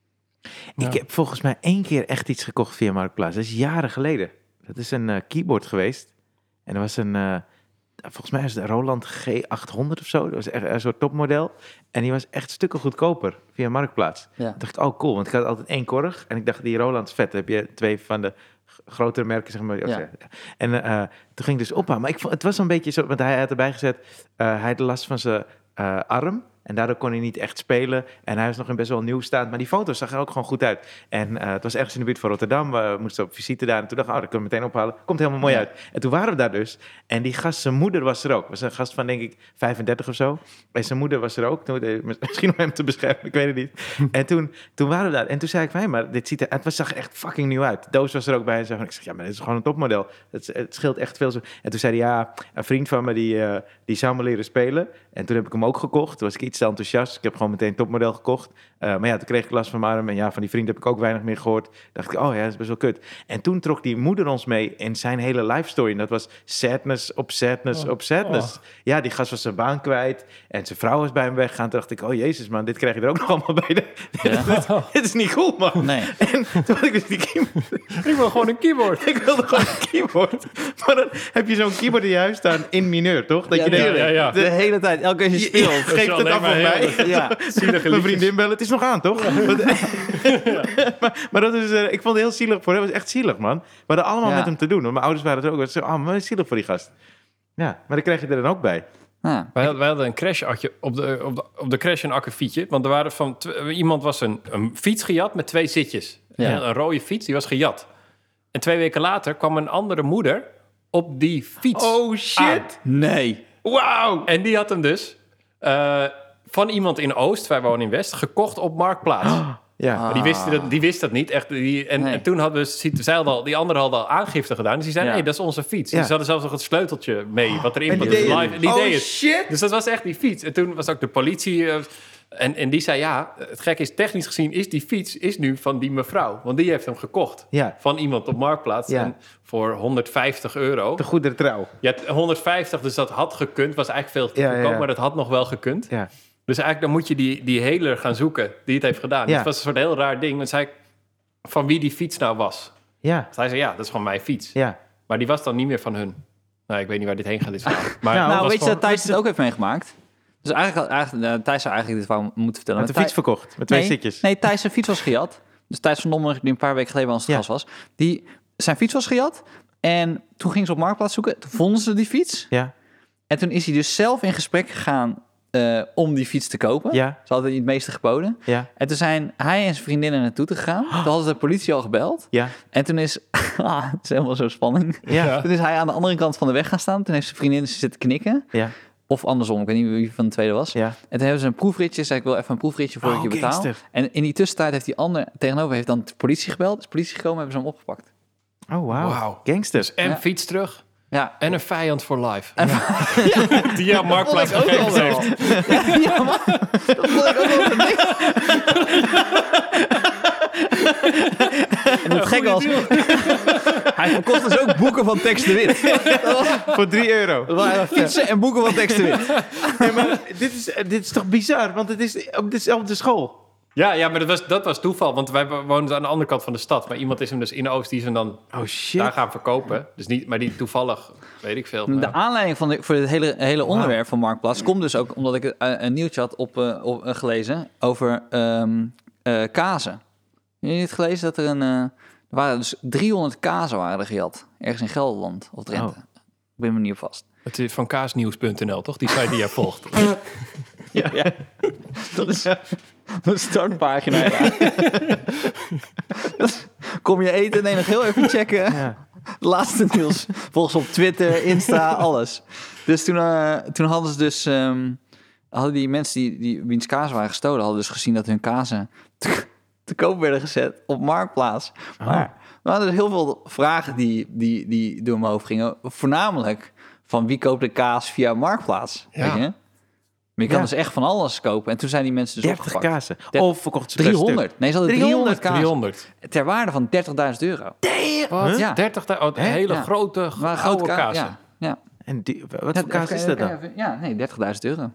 Ik heb volgens mij 1 keer echt iets gekocht via Marktplaats. Dat is jaren geleden. Dat is een keyboard geweest. En er was volgens mij is het een Roland G800 of zo. Dat was echt een soort topmodel. En die was echt stukken goedkoper via Marktplaats. Ja. Toen dacht ik, cool, want ik had altijd 1 korg. En ik dacht, die Roland is vet. Dan heb je 2 van de grotere merken, zeg maar. Ja. En toen ging ik dus ophalen. Maar het was een beetje zo, want hij had erbij gezet... hij had last van zijn arm... En daardoor kon hij niet echt spelen. En hij was nog in best wel nieuw staand. Maar die foto's zag er ook gewoon goed uit. En het was ergens in de buurt van Rotterdam. We moesten op visite daar. En toen dacht ik, dat kunnen we meteen ophalen. Komt helemaal mooi uit. En toen waren we daar dus. En die gast, zijn moeder was er ook. Was een gast van, denk ik, 35 of zo. En zijn moeder was er ook. Misschien om hem te beschermen, ik weet het niet. En toen waren we daar. En toen zei ik van, maar dit ziet er... Het zag er echt fucking nieuw uit. Doos was er ook bij. En ik zeg, maar dit is gewoon een topmodel. Het scheelt echt veel. En toen zei hij, een vriend van me die zou me leren spelen. En toen heb ik hem ook gekocht. Toen was ik iets te enthousiast. Ik heb gewoon meteen een topmodel gekocht. Maar toen kreeg ik last van mijn arm. En van die vriend heb ik ook weinig meer gehoord. Dacht ik, dat is best wel kut. En toen trok die moeder ons mee in zijn hele life story. En dat was sadness op sadness op sadness. Oh. Ja, die gast was zijn baan kwijt. En zijn vrouw was bij hem weggegaan. Toen dacht ik, jezus man, dit krijg je er ook nog allemaal bij. Dit is niet goed, man. Nee. En toen had ik dus die keyboard. Ik wil gewoon een keyboard. Ik wilde gewoon een keyboard. Maar dan heb je zo'n keyboard in je huis staan in mineur, toch? Dat je denkt, ja. De hele tijd, elke keer je speelt. Geef het af op mij. Ja. Mijn vriendin bellen, het is nog aan, toch? maar dat is, ik vond het heel zielig voor hem. Het was echt zielig, man. We hadden allemaal met hem te doen. Want mijn ouders waren het ook. Het was zielig voor die gast. Ja, maar dan krijg je er dan ook bij. Ja. Wij hadden een crash op de crash een akkefietje. Want er waren iemand was een fiets gejat met 2 zitjes. Ja. Een rode fiets, die was gejat. En 2 weken later kwam een andere moeder op die fiets Oh, shit. aan. Nee. Wauw. En die had hem dus van iemand in Oost, wij wonen in West, gekocht op Marktplaats. Ja. Maar die wist dat niet. Echt, en toen hadden die andere hadden al aangifte gedaan. Dus die zei, Ja. nee, dat is onze fiets. Ja. Dus ze hadden zelfs nog het sleuteltje mee, wat erin En was. die deed Live. het. En die Oh, deed het. shit. Dus dat was echt die fiets. En toen was ook de politie... en die zei, ja, het gekke is, technisch gezien is die fiets nu van die mevrouw. Want die heeft hem gekocht. Ja. Van iemand op Marktplaats. Ja. En voor €150. De goede trouw. Ja, 150, dus dat had gekund. Was eigenlijk veel te Ja, goedkoop, ja. maar dat had nog wel gekund. Ja. Dus eigenlijk dan moet je die heler gaan zoeken die het heeft gedaan. Ja. Dus het was een soort heel raar ding. Dan zei ik van wie die fiets nou was. Ja. Dus hij zei, ja, dat is gewoon mijn fiets. Ja. Maar die was dan niet meer van hun. Nou, ik weet niet waar dit heen gaat, dit verhaal. Maar Nou, het Nou, was weet je dat gewoon- Thijs het ook heeft meegemaakt? Dus Thijs zou eigenlijk dit wel moeten vertellen. Met de Maar fiets verkocht. Met 2 nee, zitjes. Nee, Thijs zijn fiets was gejat. Dus Thijs van Dommer, die een paar weken geleden bij ons te Ja. gast was. Zijn fiets was gejat. En toen gingen ze op Marktplaats zoeken. Toen vonden ze die fiets. Ja. En toen is hij dus zelf in gesprek gegaan om die fiets te kopen. Ja. Ze hadden die het meeste geboden. Ja. En toen zijn hij en zijn vriendinnen naartoe gegaan. Toen hadden ze de politie al gebeld. Ja. En toen is... het is helemaal zo'n spanning. Ja. Toen is hij aan de andere kant van de weg gaan staan. Toen heeft zijn vriendin zitten knikken. Ja. Of andersom, ik weet niet wie van de tweede was. Ja. En toen hebben ze een proefritje. Zei ik wil even een proefritje voor ik je betaal. gangster. En in die tussentijd heeft die ander tegenover heeft dan de politie gebeld. Is de politie gekomen, hebben ze hem opgepakt. Oh, wauw. Wauw. Gangsters. En Ja. fiets terug. Ja. En een vijand voor life. En- Die jouw Marktplaats Dat vond ik ook gegevens wel heeft. wel. Ja, maar dat vond ik ook wel een ding. En het gekke was, hij verkocht dus ook boeken van Tex de Wit. Voor €3. Dat waren fietsen en boeken van Tex de Wit. Ja, maar dit is toch bizar? Want het is op dezelfde school. Ja, maar dat was toeval. Want wij woonden aan de andere kant van de stad. Maar iemand is hem dus in Oost, die is hem dan Oh, shit. daar gaan verkopen. Dus niet, maar die toevallig, weet ik veel. De aanleiding voor dit hele onderwerp van Marktplaats komt dus ook omdat ik een nieuwtje had gelezen over kazen. Heb je het gelezen dat er waren dus 300 kazen waren er gejat. Ergens in Gelderland of Drenthe. Oh. Ik ben me niet op vast. Het is van kaasnieuws.nl, toch? Die site die jij volgt. Ja. Dat is de startpagina. Ja. Kom je eten? Nee, nog heel even checken. Ja. De laatste nieuws. Volgens op Twitter, Insta, alles. Dus toen hadden ze dus... hadden die mensen die wiens kazen waren gestolen... hadden dus gezien dat hun kazen te koop werden gezet op Marktplaats. Maar er waren dus heel veel vragen die door mijn hoofd gingen. Voornamelijk van wie koopt de kaas via Marktplaats? Ja. Weet je? Maar je kan Ja. dus echt van alles kopen. En toen zijn die mensen dus 30 opgepakt. kazen. Of verkocht ze per 300. Nee, ze hadden 300 kazen. 300. Ter waarde van €30.000. Wat? Ja. 30, een hele Ja. grote, Maar gouden grote kazen. Ja, ja. stuk. En wat voor kaas is dat dan? Ja, nee, €30.000.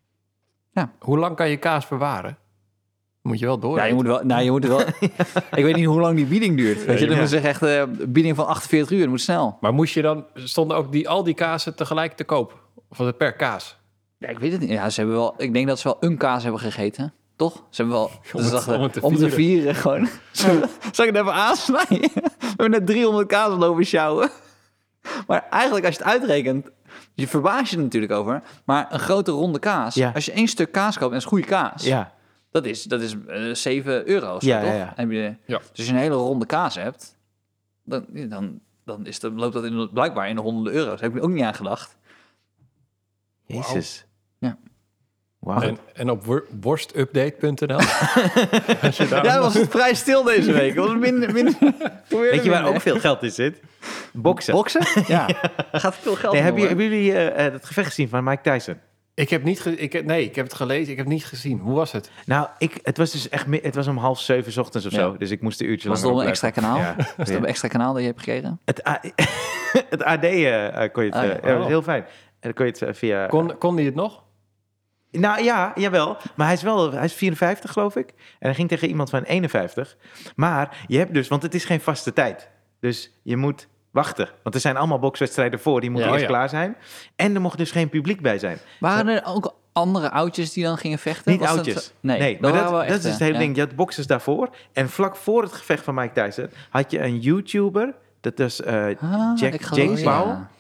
Hoe lang kan je kaas bewaren? Moet je wel door. Ja, je moet het wel... Ik weet niet hoe lang die bieding duurt. Weet je, dan moet zeggen echt bieding van 48 uur. Dat moet snel. Maar moest je dan, stonden ook al die kazen tegelijk te koop? Of was het per kaas? Ja, ik weet het niet. Ja, ze hebben wel... Ik denk dat ze wel een kaas hebben gegeten. Toch? Ze hebben wel... Om ze het- dachten, om het te om te vieren. vieren gewoon. Zal ik het even aansnijden? We hebben net 300 kazen lopen sjouwen. Maar eigenlijk als je het uitrekent... Je verbaast je er natuurlijk over. Maar een grote ronde kaas... Ja. Als je 1 stuk kaas koopt en het is goede kaas... Ja. Dat is €7 of zo, Ja, toch? ja, ja. Heb je, Ja. Dus als je een hele ronde kaas hebt... Dan loopt dat blijkbaar in de honderden euro's. Daar heb ik ook niet aan gedacht. Jezus. Ja. Wauw. En op worstupdate.nl. Als je daar Ja, was het vrij stil deze week. Het was minder Weet je waar ook veel geld in zit? Boksen. Boksen? Ja. Er gaat veel geld Nee, in, hoor. hebben jullie het gevecht gezien van Mike Tyson? Ik heb het gelezen, ik heb het niet gezien. Hoe was het? Nou, het was dus echt... Het was om 6:30 's ochtends of Ja. zo. Dus ik moest een uurtje Was het langer op een extra opblijven. kanaal? Ja. Was het op een extra kanaal dat je hebt gekregen? Het het AD kon je het... Ah, ja. ja, dat was heel fijn. En dan kon je het via... Kon die het nog? Nou ja, jawel. Maar hij is 54, geloof ik. En hij ging tegen iemand van 51. Maar je hebt dus... Want het is geen vaste tijd. Dus je moet wachten. Want er zijn allemaal bokswedstrijden voor. Die moeten Ja, eerst ja. klaar zijn. En er mocht dus geen publiek bij zijn. Waren er ook andere oudjes die dan gingen vechten? Niet Was dat- oudjes. Nee, maar waren wel dat echt, is het hele ja. ding. Je had boxers daarvoor. En vlak voor het gevecht van Mike Tyson had je een YouTuber. Dat is Ah, Jake ik geloof, Paul. ja.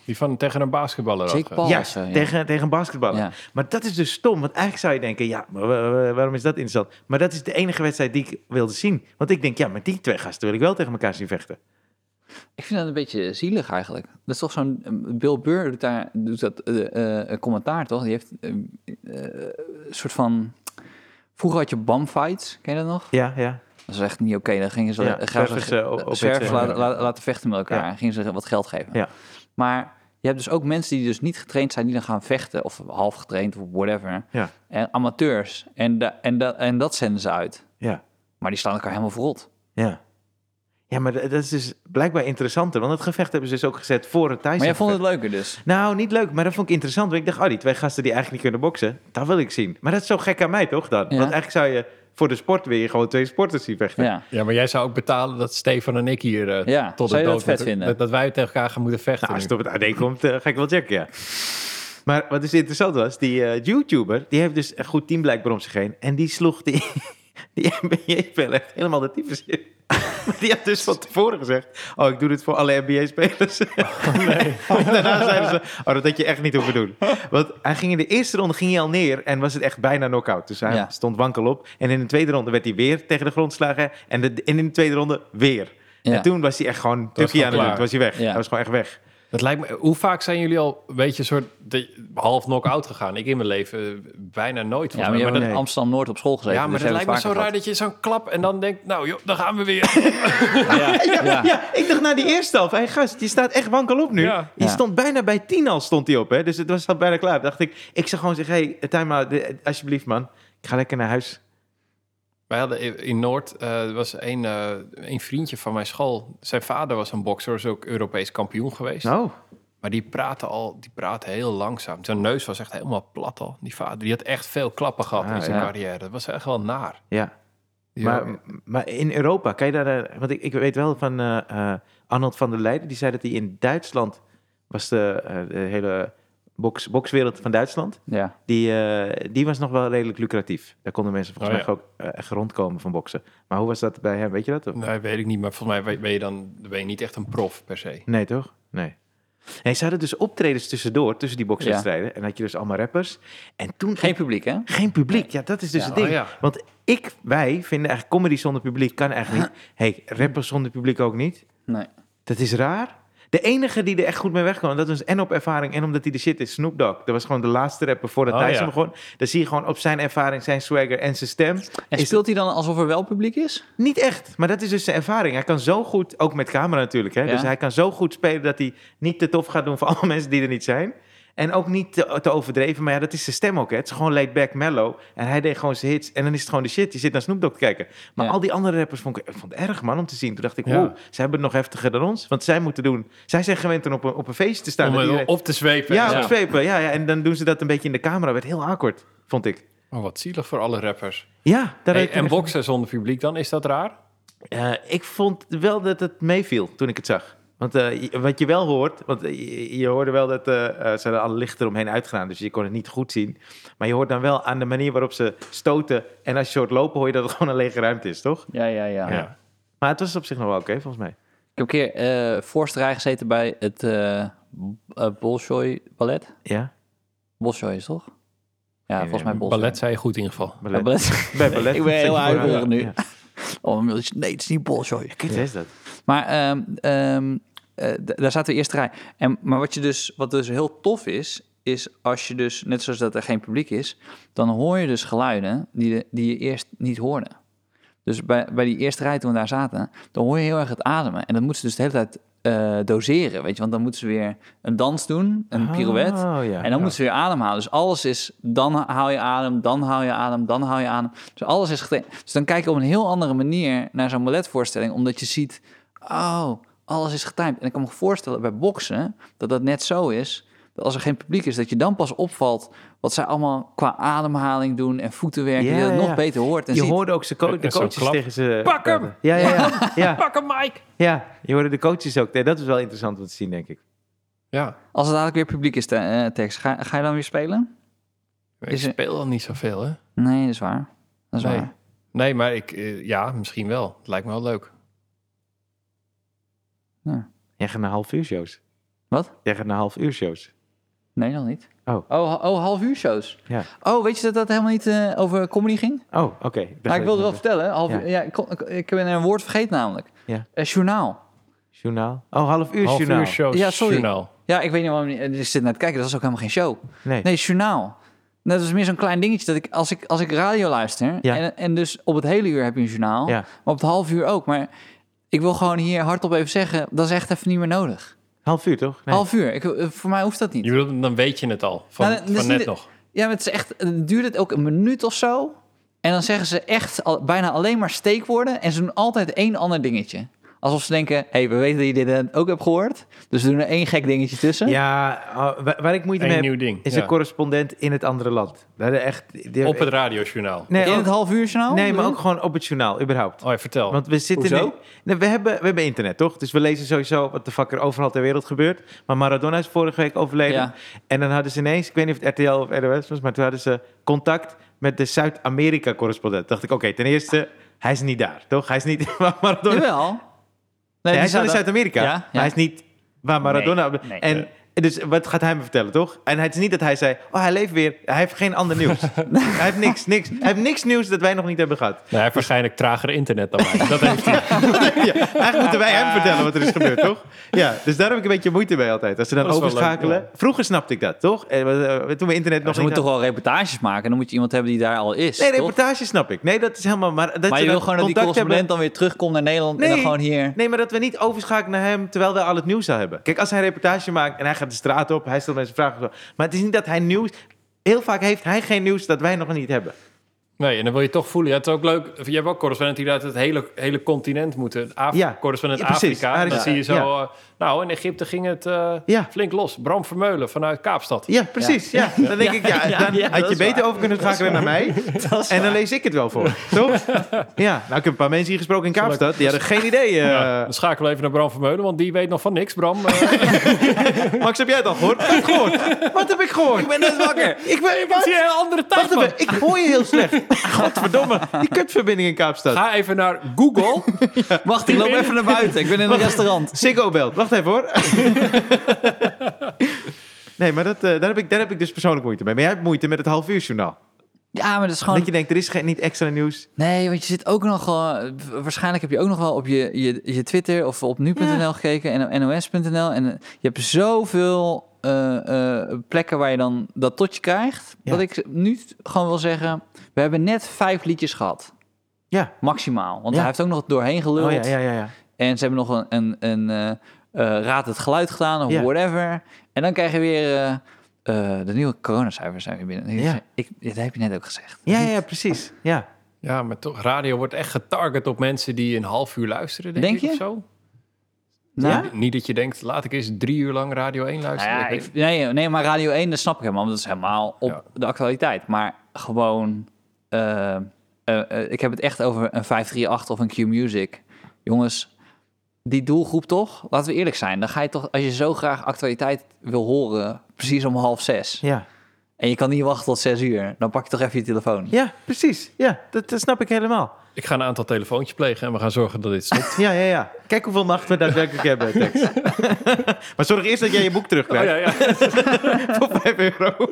Die van tegen een basketballer Jake Paul. Ja, was, tegen een basketballer. Ja. Maar dat is dus stom, want eigenlijk zou je denken, ja, maar waarom is dat interessant? Maar dat is de enige wedstrijd die ik wilde zien. Want ik denk, ja, maar die twee gasten wil ik wel tegen elkaar zien vechten. Ik vind dat een beetje zielig eigenlijk. Dat is toch zo'n... Bill Burr doet dat commentaar, toch? Die heeft een soort van... Vroeger had je BAM-fights, ken je dat nog? Ja. Dat was echt niet oké. Dan gingen ze Zwervers laten vechten met elkaar. Ja. En gingen ze wat geld geven. Ja. Maar je hebt dus ook mensen die dus niet getraind zijn... die dan gaan vechten, of half getraind, of whatever. Ja. En amateurs. En dat zenden ze uit. Ja. Maar die slaan elkaar helemaal verrot. Ja. Ja, maar dat is dus blijkbaar interessanter. Want het gevecht hebben ze dus ook gezet voor het Tyson. Maar jij vond het leuker dus? Nou, niet leuk, maar dat vond ik interessant. Want ik dacht, die twee gasten die eigenlijk niet kunnen boksen, dat wil ik zien. Maar dat is zo gek aan mij, toch dan? Ja. Want eigenlijk zou je voor de sport weer gewoon twee sporters zien vechten. Ja. Ja, maar jij zou ook betalen dat Stefan en ik hier Ja, tot zou de je dood... dat vet vinden? Dat wij tegen elkaar gaan moeten vechten. Nou, als nu. het op het AD komt, ga ik wel checken, ja. Maar wat dus interessant was, die YouTuber, die heeft dus een goed team blijkbaar om zich heen. En die sloeg die NBA-speler echt helemaal de tyfus in. Maar die had dus van tevoren gezegd, ik doe dit voor alle NBA-spelers. En daarna zeiden ze, dat had je echt niet hoeven doen. Want hij ging in de eerste ronde ging hij al neer en was het echt bijna knock-out. Dus hij stond wankel op. En in de tweede ronde werd hij weer tegen de grond geslagen. En in de tweede ronde weer. Ja. En toen was hij echt gewoon tukkie aan het doen. Toen was hij weg. Ja. Hij was gewoon echt weg. Het lijkt me, hoe vaak zijn jullie al een beetje een soort half knock-out gegaan? Ik in mijn leven bijna nooit. Ja, maar je hebt nee. in Amsterdam-Noord op school gezeten. Ja, maar dus het hebben lijkt me het zo vaker raar dat je zo'n klap en dan denkt, nou joh, dan gaan we weer. Ja, ik dacht na die eerste half, hey gast, je staat echt wankel op nu. Ja. Je stond bijna bij 10 al stond hij op, hè? Dus het was al bijna klaar. Dacht ik zou gewoon zeggen, hey, time-out, alsjeblieft man, ik ga lekker naar huis. Wij hadden in Noord, er was een vriendje van mijn school. Zijn vader was een bokser, was ook Europees kampioen geweest. Oh, Maar die praatte heel langzaam. Zijn neus was echt helemaal plat al. Die vader, die had echt veel klappen gehad in zijn carrière. Dat was echt wel naar. ja. Ja. Maar in Europa, kan je daar... Want ik weet wel van Arnold van der Leijden, die zei dat hij in Duitsland was de hele bokswereld van Duitsland. Ja. Die was nog wel redelijk lucratief. Daar konden mensen volgens mij ook echt rondkomen van boksen. Maar hoe was dat bij hem? Weet je dat? Of? Nee, weet ik niet. Maar volgens mij ben je niet echt een prof per se. Nee, toch? Nee. Nee, ze hadden dus optredens tussendoor, tussen die bokswedstrijden. En dan had je dus allemaal rappers. En toen... Geen publiek, hè? Geen publiek, ja, dat is dus Ja, het ding. oh ja. Want wij vinden eigenlijk comedy zonder publiek kan eigenlijk niet. Hey, rappers zonder publiek ook niet. Nee. Dat is raar. De enige die er echt goed mee wegkwam, dat was en op ervaring en omdat hij de shit is, Snoop Dogg. Dat was gewoon de laatste rapper voordat Tyson begon. Dan zie je gewoon op zijn ervaring, zijn swagger en zijn stem. En speelt hij dan alsof er wel publiek is? Niet echt, maar dat is dus zijn ervaring. Hij kan zo goed, ook met camera natuurlijk, hè? Ja. Dus hij kan zo goed spelen dat hij niet te tof gaat doen voor alle mensen die er niet zijn. En ook niet te overdreven, maar ja, dat is zijn stem ook. Hè? Het is gewoon laid back, mellow. En hij deed gewoon zijn hits. En dan is het gewoon de shit. Je zit naar Snoop Dogg te kijken. Maar al die andere rappers vond ik het erg, man, om te zien. Toen dacht ik, wow, ze hebben het nog heftiger dan ons. Want zij moeten doen... Zij zijn gewend om op een feestje te staan. Om op te zwepen. Ja, op zwepen. Ja, en dan doen ze dat een beetje in de camera. Werd heel awkward, vond ik. Oh, wat zielig voor alle rappers. Ja. En boksen zonder publiek dan, is dat raar? Ik vond wel dat het meeviel toen ik het zag. Want wat je wel hoort, want je hoorde wel dat ze er alle licht eromheen uitgaan, dus je kon het niet goed zien. Maar je hoort dan wel aan de manier waarop ze stoten en als je hoort lopen, hoor je dat het gewoon een lege ruimte is, toch? Ja. Maar het was op zich nog wel oké, volgens mij. Ik heb een keer voorste rij gezeten bij het Bolshoi Ballet. Ja? Bolshoi is toch? Ja, volgens mij Bolshoi. Ballet zei je goed in ieder geval. Ballet. Ja, ballet. Bij ballet. Ik ben heel huiverig nu. Ja. Oh, nee, het is niet Bolshoi. Kut, is dat? Maar daar zaten we eerste rij. Maar wat dus heel tof is als je dus, net zoals dat er geen publiek is, dan hoor je dus geluiden die je eerst niet hoorde. Dus bij die eerste rij toen we daar zaten, dan hoor je heel erg het ademen. En dat moeten ze dus de hele tijd doseren, weet je. Want dan moeten ze weer een dans doen, een pirouette. Ja. En dan moeten ze weer ademhalen. Dus alles is, dan haal je adem, dan haal je adem, dan haal je adem. Dus alles is getraind. Dus dan kijk je op een heel andere manier naar zo'n balletvoorstelling, omdat je ziet, alles is getimed. En ik kan me voorstellen bij boksen dat net zo is, dat als er geen publiek is, dat je dan pas opvalt wat zij allemaal qua ademhaling doen en voetenwerk, die dat nog beter hoort en je ziet. hoorde ook de coaches tegen ze... Pak hem! Ja. Pak hem, Mike! Ja, je hoorde de coaches ook. Nee, dat is wel interessant om te zien, denk ik. Ja. Als er dadelijk weer publiek is, Tex, ga je dan weer spelen? Ik speel al niet zoveel, hè? Nee, dat is waar. Dat is waar. Nee, maar misschien wel. Het lijkt me wel leuk. Ja. Jij gaat naar half uur shows. Wat? Jij gaat naar half uur shows. Nee, nog niet. Oh. Half uur shows. Ja. Oh, weet je dat dat helemaal niet over comedy ging? Oh, oké. Nou, ik wilde wel vertellen. Ja. Ik ben een woord vergeten namelijk. Ja. Journaal. Journaal? Oh, half uur Half journaal. uur shows, Ja, sorry. journaal. Ja, ik weet niet waarom je zit naar te kijken. Dat is ook helemaal geen show. Nee. Journaal. Nou, dat is meer zo'n klein dingetje dat als ik radio luister... Ja. En dus op het hele uur heb je een journaal. Ja. Maar op het half uur ook. Maar ik wil gewoon hier hardop even zeggen... dat is echt even niet meer nodig. Half uur, toch? Nee. Half uur. Voor mij hoeft dat niet. Je bedoelt, dan weet je het al. Van Nou, dat is net niet- nog. Ja, maar het is echt... Het duurt het ook een minuut of zo. En dan zeggen ze echt bijna alleen maar steekwoorden. En ze doen altijd één ander dingetje. Alsof ze denken... Hey, we weten dat je dit ook hebt gehoord. Dus we doen er één gek dingetje tussen. Ja, waar ik moeite mee Een heb, nieuw ding. is ja. een correspondent in het andere land. We hadden echt... Op het radiojournaal. Nee, In ook- het half uur journaal? nee, maar bedoel ook gewoon op het journaal, überhaupt. Oh ja, vertel. Want we zitten Hoezo? nu... Nee, we hebben internet, toch? Dus we lezen sowieso wat de fuck er overal ter wereld gebeurt. Maar Maradona is vorige week overleden. Ja. En dan hadden ze ineens, ik weet niet of het RTL of ROS was, maar toen hadden ze contact met de Zuid-Amerika-correspondent. Dacht ik, oké, ten eerste, hij is niet daar, toch? Hij is niet waar Maradona... Jawel. Nee, hij is wel in zou dat- Zuid-Amerika, Ja, maar ja. hij is niet waar Maradona... Nee. En dus wat gaat hij me vertellen, toch? En het is niet dat hij zei, oh, hij leeft weer. Hij heeft geen ander nieuws. Hij heeft niks. Hij heeft niks nieuws dat wij nog niet hebben gehad. Nou, hij heeft waarschijnlijk trager internet dan wij. Dat heeft hij. Ja, eigenlijk moeten wij hem vertellen wat er is gebeurd, toch? Ja, dus daar heb ik een beetje moeite mee altijd. Als ze dan Dat is wel overschakelen. leuk, Vroeger snapte ik dat, toch? Toen we internet nog Ze niet moeten toch wel reportages maken. Dan moet je iemand hebben die daar al is. Nee, toch? reportage snap ik. Nee, dat is helemaal... Maar, dat Maar ze je wil dan gewoon dat die contact correspondent dan weer terugkomt naar Nederland en dan gewoon hier... Nee, maar dat we niet overschakelen naar hem terwijl we al het nieuws al hebben. Kijk, als hij een reportage maakt en hij gaat de straat op, hij stelt mensen vragen. Of zo. Maar het is niet dat hij nieuws... Heel vaak heeft hij geen nieuws dat wij nog niet hebben. Nee, en dan wil je toch voelen. Ja, het is ook leuk. Je hebt ook correspondenten die uit het hele continent moeten. Ja. Correspondent Ja, precies. Afrika. En dan Ja. zie je zo... Ja. nou, in Egypte ging het Ja. flink los. Bram Vermeulen vanuit Kaapstad. Ja, precies. Ja. Dan denk ik, dan ja, had dat je is beter waar. over kunnen schakelen naar mij. En dan lees ik het wel voor. Toch? Ja, nou, ik heb een paar mensen hier gesproken in Kaapstad. Die hadden geen idee. Ja, dan schakelen we even naar Bram Vermeulen, want die weet nog van niks, Bram. Max, heb jij het al gehoord? Wat heb ik gehoord? Wat heb ik gehoord? Ik ben net wakker. Het is een hele andere tijd, Wacht man. even, ik hoor je heel slecht. Godverdomme, die kutverbinding in Kaapstad. Ga even naar Google. Wacht, ik loop even naar buiten. Ik ben in een restaurant. Ziggo belt. Wacht even hoor. Nee, maar daar heb ik dus persoonlijk moeite mee. Maar jij hebt moeite met het half uur journaal. Ja, maar dat is gewoon... Dat je denkt, er is niet extra nieuws. Nee, want je zit ook nog... waarschijnlijk heb je ook nog wel op je Twitter of op nu.nl gekeken en nos.nl. En je hebt zoveel plekken waar je dan dat tot je krijgt. Ja. Dat ik nu gewoon wil zeggen... We hebben net 5 liedjes gehad. Ja. Maximaal. Want Ja. hij heeft ook nog doorheen geluld. Oh ja. En ze hebben nog een raad het geluid gedaan of Ja. whatever. En dan krijg je weer de nieuwe coronacijfers zijn weer binnen. Ja. Dat heb je net ook gezegd. Ja, precies. Ja. Ja, maar toch, radio wordt echt getarget op mensen die een half uur luisteren, denk Denk ik, je? of zo. Nou, Niet dat je denkt, laat ik eens 3 uur lang Radio 1 luisteren. nou ja, Ik weet- nee, maar Radio 1, dat snap ik helemaal. Want dat is helemaal op Ja. de actualiteit. Maar gewoon... ik heb het echt over een 538 of een Q-Music. Jongens, die doelgroep toch? Laten we eerlijk zijn. Dan ga je toch, als je zo graag actualiteit wil horen... precies om 5:30... Ja. en je kan niet wachten tot 6 uur... dan pak je toch even je telefoon. Ja, precies. Ja, dat snap ik helemaal. Ik ga een aantal telefoontjes plegen en we gaan zorgen dat dit stopt. Ja. Kijk hoeveel macht we daadwerkelijk hebben, Tex. Maar zorg eerst dat jij je boek Oh, terugkrijgt. Voor €5.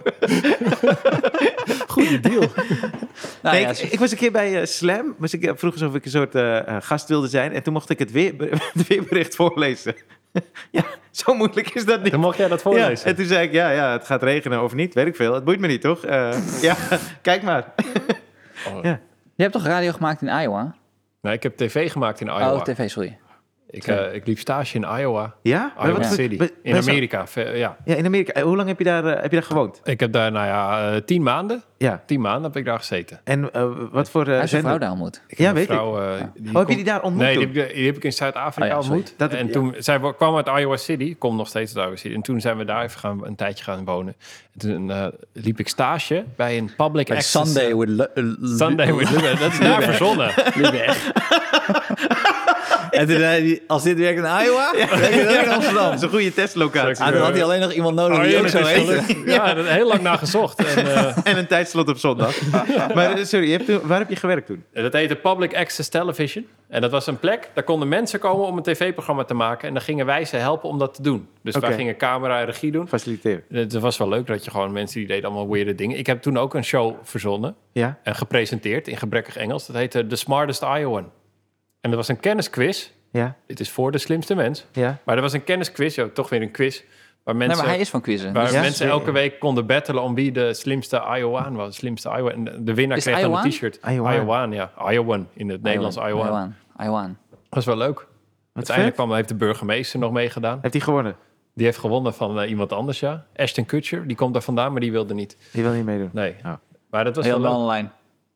Goeie deal. Nou, Nee, ja, ik was een keer bij Slam. Vroeg eens of ik een soort gast wilde zijn. En toen mocht ik het weerbericht voorlezen. Ja, zo moeilijk is dat niet. Dan mag jij dat Ja, voorlezen. en toen zei ik, ja, het gaat regenen of niet, weet ik veel. Het boeit me niet, toch? Ja, kijk maar. Ja. Je hebt toch radio gemaakt in Iowa? Nee, ik heb tv gemaakt in Iowa. Oh, tv, sorry. Ik liep stage in Iowa. Ja? Maar Iowa wat- City. In best wel- Amerika. Ja. Ja, in Amerika. Hoe lang heb je daar gewoond? Ik heb daar, 10 maanden. Ja. 10 maanden heb ik daar gezeten. En wat voor... Hij heeft zijn zender- vrouw daar ontmoet. Ja, weet ik. Vrouw, heb je die daar ontmoet Nee, toen? die heb ik in Zuid-Afrika Oh ja, sorry. ontmoet. Dat- En ja. toen, zij kwam uit Iowa City, komt nog steeds uit Iowa City. En toen zijn we daar even een tijdje gaan wonen. En toen liep ik stage bij een public Bij access... Sunday with Sunday with Lubbe. Dat is daar verzonnen. En toen zei hij, als dit werkt in Iowa, werkt het ook in Amsterdam. Dat is een goede testlocatie. En dan had hij alleen nog iemand nodig die ook zo heette. Ja, daar heb ik heel lang naar gezocht. En, En een tijdslot op zondag. Maar sorry, waar heb je gewerkt toen? dat heette Public Access Television. En dat was een plek, daar konden mensen komen om een tv-programma te maken. En dan gingen wij ze helpen om dat te doen. Dus wij gingen camera en regie doen. Faciliteren. Het was wel leuk dat je gewoon mensen die deden allemaal weirde dingen. Ik heb toen ook een show verzonnen Ja? en gepresenteerd in gebrekkig Engels. Dat heette The Smartest Iowan. En dat was een kennisquiz. Ja? Dit is voor de slimste mens. Ja? Maar er was een kennisquiz, toch weer een quiz. Waar mensen, Nee, maar hij is van quizzen. waar Ja, mensen zeker. elke week konden battelen om wie de slimste Iowaan was. Slimste Iowa. En de winnaar Is kreeg dan Iowaan? een t-shirt. Iowaan. Iowaan, ja. Iowan in het Nederlands Iowaan. Iowaan. Dat was wel leuk. Uiteindelijk heeft de burgemeester nog meegedaan. Heeft hij gewonnen? Die heeft gewonnen van iemand anders, ja. Ashton Kutcher, die komt daar vandaan, maar die wilde niet. Die wil niet meedoen. Nee. Oh. Maar dat was Heel wel wel leuk. online.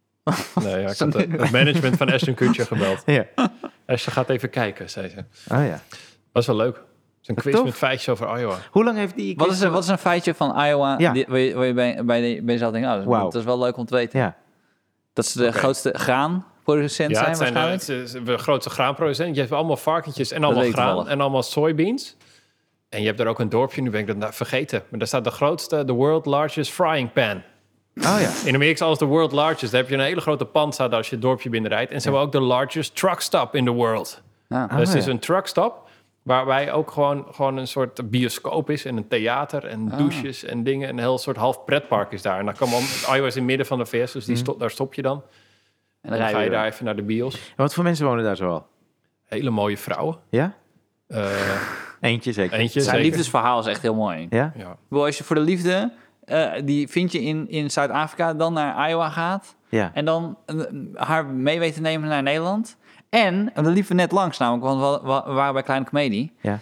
Nee, ja, ik had het management van Ashton Kutcher gebeld. Ja. Ashton gaat even kijken, zei ze. Oh ja. Was wel leuk. Het is een quiz tof. met feitjes over Iowa. Hoe lang heeft die... Wat is een feitje van Iowa Ja. waar je bij jezelf denkt, dat Wauw. is wel leuk om te weten. Ja. Dat ze de grootste graanproducent Ja, zijn het zijn waarschijnlijk. de grootste graanproducent. Je hebt allemaal varkentjes en allemaal weet ik graan toevallig. en allemaal soybeans. En je hebt er ook een dorpje, nu ben ik dat vergeten. Maar daar staat de grootste, the world largest frying pan. Oh ja. In Amerika is alles de world largest. Daar heb je een hele grote pan staat als je het dorpje binnenrijdt. En ze hebben ook de largest truck stop in the world. Ja. Ah, Dus het is ja. een truckstop waarbij ook gewoon een soort bioscoop is en een theater en douches en dingen. Een heel soort half pretpark is daar. En dan kan man, Iowa is in het midden van de VS, dus daar stop je dan. En Dan dan ga rij je je daar even naar de bios. En wat voor mensen wonen daar zoal? Hele mooie vrouwen. Ja? Eh, Eentje zeker. eentje Zijn zeker. liefdesverhaal is echt heel mooi. Ja? Ja. Als je voor de liefde, die vind je in Zuid-Afrika, dan naar Iowa gaat. Ja. En dan haar mee weet te nemen naar Nederland. En, dat liepen we net langs namelijk, want we waren bij Kleine Comedie. Ja.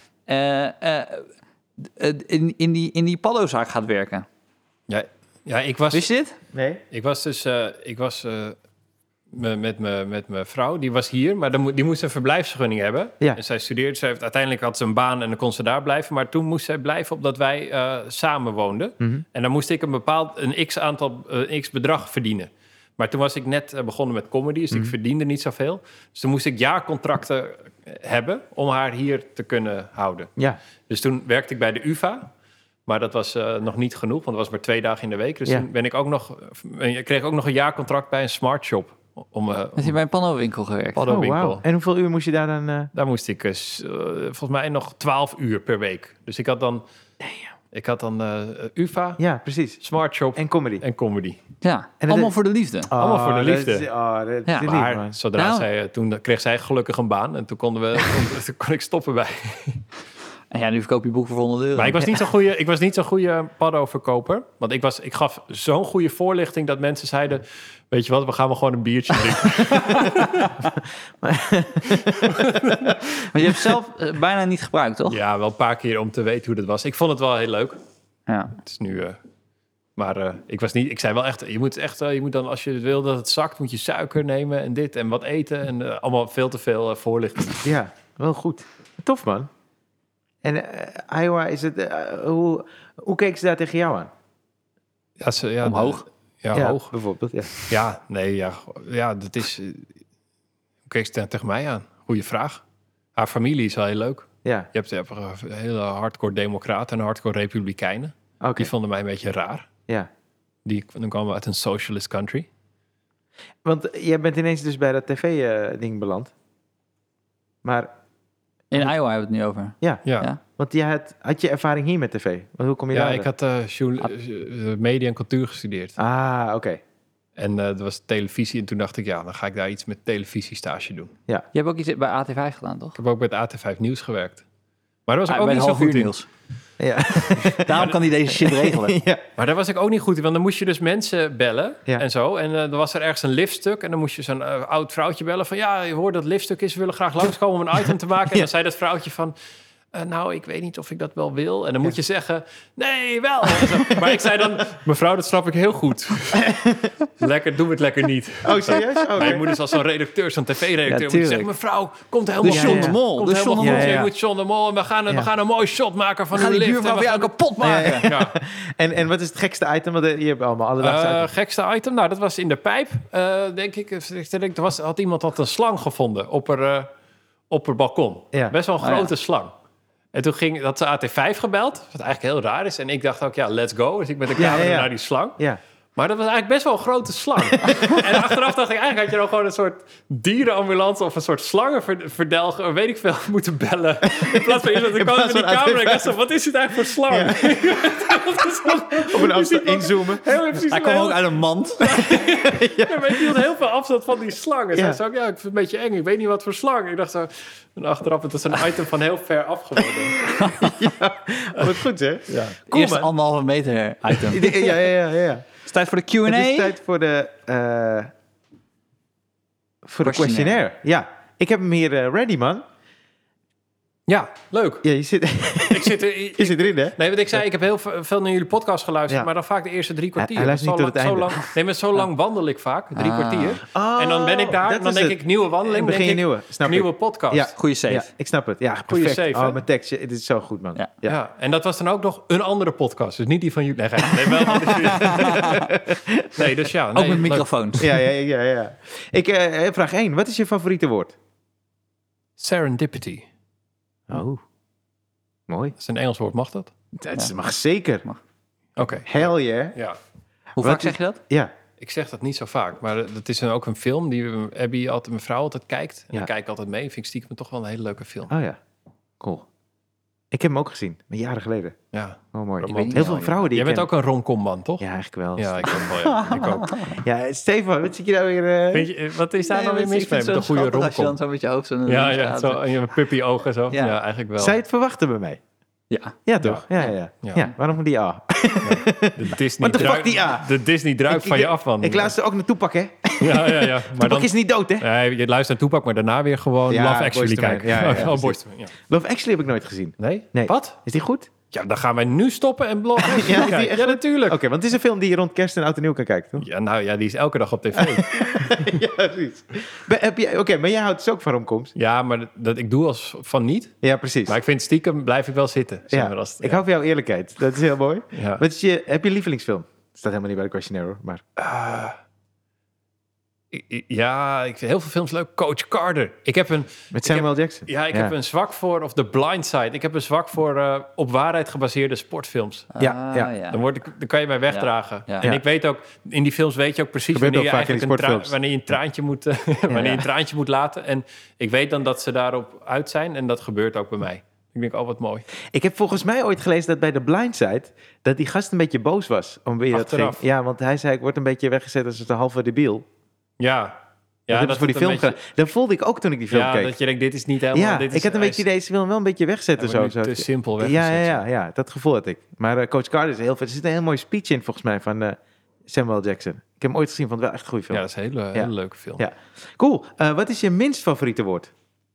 In die paddozaak gaat werken. Ja, Wist je dit? Nee? ik was met mijn vrouw, die was hier, maar die moest een verblijfsvergunning hebben. Ja. En zij studeerde, uiteindelijk had ze een baan en dan kon ze daar blijven. Maar toen moest zij blijven omdat wij samen woonden. Mhm. En dan moest ik een x bedrag verdienen. Maar toen was ik net begonnen met comedy, dus ik verdiende niet zoveel. Dus toen moest ik jaarcontracten hebben om haar hier te kunnen houden. Ja. Dus toen werkte ik bij de UvA. Maar dat was nog niet genoeg, want dat was maar 2 dagen in de week. Dus Ja. toen kreeg ik ook nog een jaarcontract bij een smart shop. Heeft hij bij een pannenwinkel gewerkt? Oh, Paddo-winkel. wauw. En hoeveel uur moest je daar dan... Daar moest ik volgens mij nog 12 uur per week. Dus ik had dan UvA, Ja, precies. smart shop En comedy. en comedy. Ja, En allemaal dat- voor de liefde. Allemaal voor de dat liefde. is- dat is Ja. lief, Maar man. zodra Nou. toen kreeg zij gelukkig een baan en toen kon ik stoppen bij. En ja, nu verkoop je boeken voor €100. Maar ik was niet zo'n goede paddo-verkoper. Want ik gaf zo'n goede voorlichting dat mensen zeiden... Weet je wat, we gaan wel gewoon een biertje drinken. Maar je hebt zelf bijna niet gebruikt, toch? Ja, wel een paar keer om te weten hoe dat was. Ik vond het wel heel leuk. Ja. Het is nu... ik zei wel echt, je moet dan als je wil dat het zakt, moet je suiker nemen en dit en wat eten. En allemaal veel te veel voorlichting. Ja, wel goed. Tof, man. En Iowa, is het... hoe keek ze daar tegen jou aan? Ja, Omhoog? Ja, hoog. bijvoorbeeld. Ja. Ja, nee, ja, dat is... hoe keek ze daar tegen mij aan? Goeie vraag. Haar familie is wel heel leuk. Ja, Je hebt een hele hardcore democraten en hardcore republikeinen. oké. Die vonden mij een beetje raar. Ja. Dan kwamen we uit een socialist country. Want jij bent ineens dus bij dat tv-ding beland. Maar, In Iowa hebben we het nu over. Ja, Ja. want had je ervaring hier met tv? Want hoe kom je ja daar? ik had media en cultuur gestudeerd. Ah, oké. En dat was televisie. En toen dacht ik, ja, dan ga ik daar iets met televisiestage doen. Je hebt ook iets bij AT5 gedaan, toch? Ik heb ook bij het AT5 Nieuws gewerkt. Maar daar was ik ook bij niet een zo half uur goed in. nieuws. Ja. Daarom kan hij deze shit regelen. ja. Maar daar was ik ook niet goed in. Want dan moest je dus mensen bellen Ja. en zo. En dan was er ergens een liftstuk. En dan moest je zo'n oud vrouwtje bellen van... Ja, je hoort dat het liftstuk is. We willen graag langskomen om een item te maken. En dan zei dat vrouwtje van... nou, ik weet niet of ik dat wel wil. En dan moet je zeggen, nee, wel. Maar ik zei dan, mevrouw, dat snap ik heel goed. Doen we het lekker niet. Oh, serieus? Oké. Mijn moeder is als zo'n redacteur, zo'n tv-redacteur. Ja, moet je tuurlijk. zeggen, mevrouw, komt helemaal Dus goed. John de Mol. Komt Dus helemaal John goed. de Mol. Je moet John de Mol. En we gaan een mooi shot maken van Gaan uw die lift. buurvrouw En van we jou kapot maken? Ja. En wat is het gekste item? Want je hebt allemaal alledaagse items. Gekste item? Nou, dat was in de pijp, denk ik. Had iemand een slang gevonden op op het balkon. Ja. Best wel een grote slang. En toen had ze AT5 gebeld, wat eigenlijk heel raar is. En ik dacht ook, let's go. Dus ik met de camera naar die slang. Ja. Maar dat was eigenlijk best wel een grote slang. En achteraf dacht ik, eigenlijk had je dan gewoon een soort dierenambulance of een soort slangenverdelger, weet ik veel, moeten bellen. In plaats van iemand, ik kwam met die camera en ik dacht zo, wat is dit eigenlijk voor slang? Ja. Op een afstand inzoomen. Hij kwam ook uit een mand. Ja, maar ik hield heel veel afstand van die slang. En zei ze ook, ik vind het een beetje eng, ik weet niet wat voor slang. Ik dacht zo, en achteraf, het was een item van heel ver af geworden. Wat goed, hè? Ja. Cool, Eerst man. 1,5 meter item. Ja. Het is tijd voor de Q&A. Het is tijd voor de questionnaire. Ja, ik heb hem hier ready, man. Ja, leuk. Ja, je zit, Ik zit je zit erin, hè? Nee, want ik zei, ik heb heel veel naar jullie podcast geluisterd, Ja. maar dan vaak de eerste 3 kwartier. Hij luistert niet tot het einde. Maar zo lang wandel ik vaak, 3 kwartier. Oh, En dan ben ik daar, dat en dan is denk het. ik nieuwe wandeling, En begin denk je ik nieuwe, snap nieuwe ik. podcast. Ja. Goeie save. Ja, ik snap het. Ja, Goeie perfect. save, hè? Mijn tekst, dit is zo goed, man. Ja. Ja, en dat was dan ook nog een andere podcast. Dus niet die van jullie. Nee, wel. Nee, dus ja. Ook Nee, met leuk. microfoons. Ja. Vraag 1. Wat is je favoriete woord? Serendipity. Oh, mooi. Dat is een Engels woord, mag dat? Dat mag zeker. Oké. Hell yeah. Ja. Hoe Wat vaak zeg je dat? Ja. Ik zeg dat niet zo vaak, maar dat is dan ook een film die Abby altijd, mijn vrouw altijd kijkt. En Ja. ik kijk altijd mee. Vind ik stiekem toch wel een hele leuke film. Oh ja. Cool. Ik heb hem ook gezien, maar jaren geleden. Ja. Oh, mooi. Ik weet niet Heel veel wel, vrouwen die Jij ik bent ken. ook een romcom man, toch? Ja, eigenlijk wel. Ja, ik ook wel. Ja. Ik ook. Ja, Stefan, wat zit je nou weer... Vind je, wat is daar nou weer mis mee met een goede Als je dan romcom? zo met je hoofd zo... Ja, zo en je puppy ogen zo. Ja. Ja, eigenlijk wel. Zou je het verwachten bij mij? Ja. Ja, toch? Ja. Ja. Waarom die A? De Disney What the fuck, die A? De Disney druipt van je af, man. Ik luister ook naar Toepak, hè? Ja. Maar Toepak dan, is niet dood, hè? nee, je luistert naar Toepak, maar daarna weer gewoon Ja, Love Actually Boyz II Man. kijken. Ja, Oh, precies. Boyz II Man, ja. Love Actually heb ik nooit gezien. Nee? Nee. Wat? Is die goed? Ja, dan gaan wij nu stoppen en Love Actually Ja, is die kijken. echt Ja, goed? natuurlijk. Oké, want het is een film die je rond kerst en oud en nieuw kan kijken, toch? Ja, nou ja, die is elke dag op tv. Ja, precies. Oké, maar jij houdt dus ook van romcoms? Ja, maar ik doe als van niet. Ja, precies. Maar ik vind stiekem blijf ik wel zitten. Zeg Ja, maar als, ik hou van jouw eerlijkheid. Dat is heel mooi. Ja. Wat is heb je lievelingsfilm? Dat staat helemaal niet bij de questionnaire, hoor. Maar... Ja, ik vind heel veel films leuk. Coach Carter. Ik heb een... Met Samuel Jackson? Ja, ik heb een zwak voor... Of The Blind Side. Ik heb een zwak voor op waarheid gebaseerde sportfilms. Ja. Dan kan je mij wegdragen. Ja. En Ja. ik weet ook... In die films weet je ook precies Gebeurt wanneer je ook vaak in eigenlijk die sportfilms. wanneer je een traantje moet... wanneer je een traantje moet laten. En ik weet dan dat ze daarop uit zijn. En dat gebeurt ook bij mij. Ik denk, wat mooi. Ik heb volgens mij ooit gelezen dat bij The Blind Side... dat die gast een beetje boos was om wie dat Achteraf. ging. Ja, want hij zei, ik word een beetje weggezet als een halve debiel. Ja. Ja, dat is voor die film gedaan. Dat voelde ik ook toen ik die film Ja, keek. dat je denkt, dit is niet helemaal... Ja, dit is, ik had een beetje idee, ze wil hem wel een beetje wegzetten. Hij wordt Zo. nu te simpel Ja, weggezet. ja, dat gevoel had ik. Maar Coach Carter is heel vet. Er zit een heel mooie speech in, volgens mij, van Samuel Jackson. Ik heb hem ooit gezien, vond het wel echt een goede film. Ja, dat is een hele leuke film. Ja. Cool. Wat is je minst favoriete woord?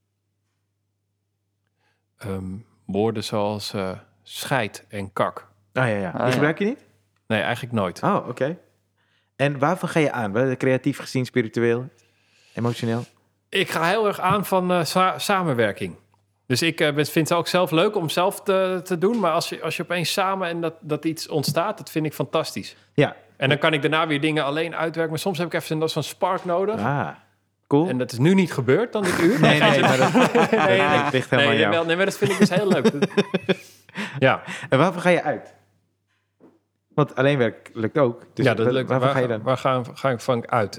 Woorden zoals scheid en kak. Oh ja. Ah, Die ja. gebruik je niet? Nee, eigenlijk nooit. Oh, oké. En waarvan ga je aan? Creatief gezien, spiritueel, emotioneel? Ik ga heel erg aan van samenwerking. Dus ik vind het ook zelf leuk om zelf te doen. Maar als je opeens samen en dat iets ontstaat, dat vind ik fantastisch. Ja. En dan kan ik daarna weer dingen alleen uitwerken. Maar soms heb ik even zo'n spark nodig. Ah, cool. En dat is nu niet gebeurd dan dit uur. Nee, maar dat ligt helemaal aan jou. Nee, maar dat vind ik dus heel leuk. Ja, En waarvan ga je uit? Want alleen werk lukt ook. Dus ja, dat lukt. waarvan ga je dan? Waar ga ik uit?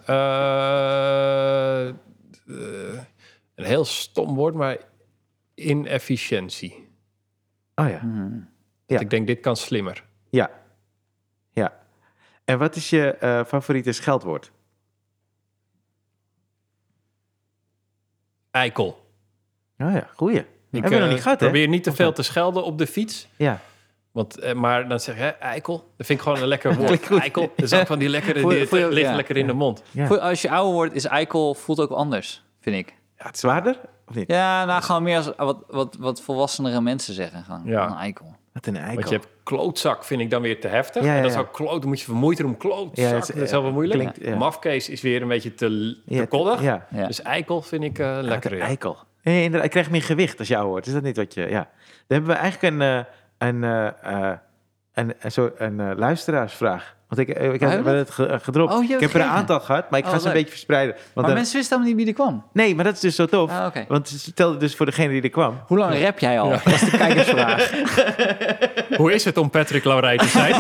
Een heel stom woord, maar inefficiëntie. Oh ja. Ja. Ik denk, dit kan slimmer. Ja. En wat is je favoriete scheldwoord? Eikel. Oh ja, goeie. Ik Hebben we nog niet gehad, hè? probeer niet te veel te schelden op de fiets. Ja. Want, maar dan zeg je, hè, eikel. Dat vind ik gewoon een lekker woord. Klinkt goed. Eikel. Dat is ook van die lekkere, Voel je- die voel je- ligt ja. lekker in de mond. Ja. Als je ouder wordt, is eikel voelt ook anders, vind ik. Ja, het zwaarder? Of niet? Ja, nou gewoon meer als wat volwassenere mensen zeggen. Gewoon Ja. een eikel. Wat een eikel. Want je hebt klootzak, vind ik dan weer te heftig. Ja, en dat ja. is ook kloot, dan moet je vermoeid om klootzak. Ja, dat is wel wat moeilijk. klinkt, ja. Mafkees is weer een beetje te Ja, koddig. Ja. Ja. Dus eikel vind ik Wat lekker. een Ja. eikel. Nee, inderdaad, ik krijg meer gewicht als je ouder wordt. Is dat niet wat je... Ja. Dan hebben we eigenlijk een luisteraarsvraag. Want ik heb het gedropt. Oh, je ik heb er een gegeven. aantal gehad, maar ik ga ze een leuk. beetje verspreiden. Want Maar mensen wisten helemaal niet wie er kwam. Nee, maar dat is dus zo tof. Ah, oké. Want ze stelde dus voor degene die er kwam. Hoe lang rap jij al? Dat is de kijkersvraag. Hoe is het om Patrick Laurij te zijn?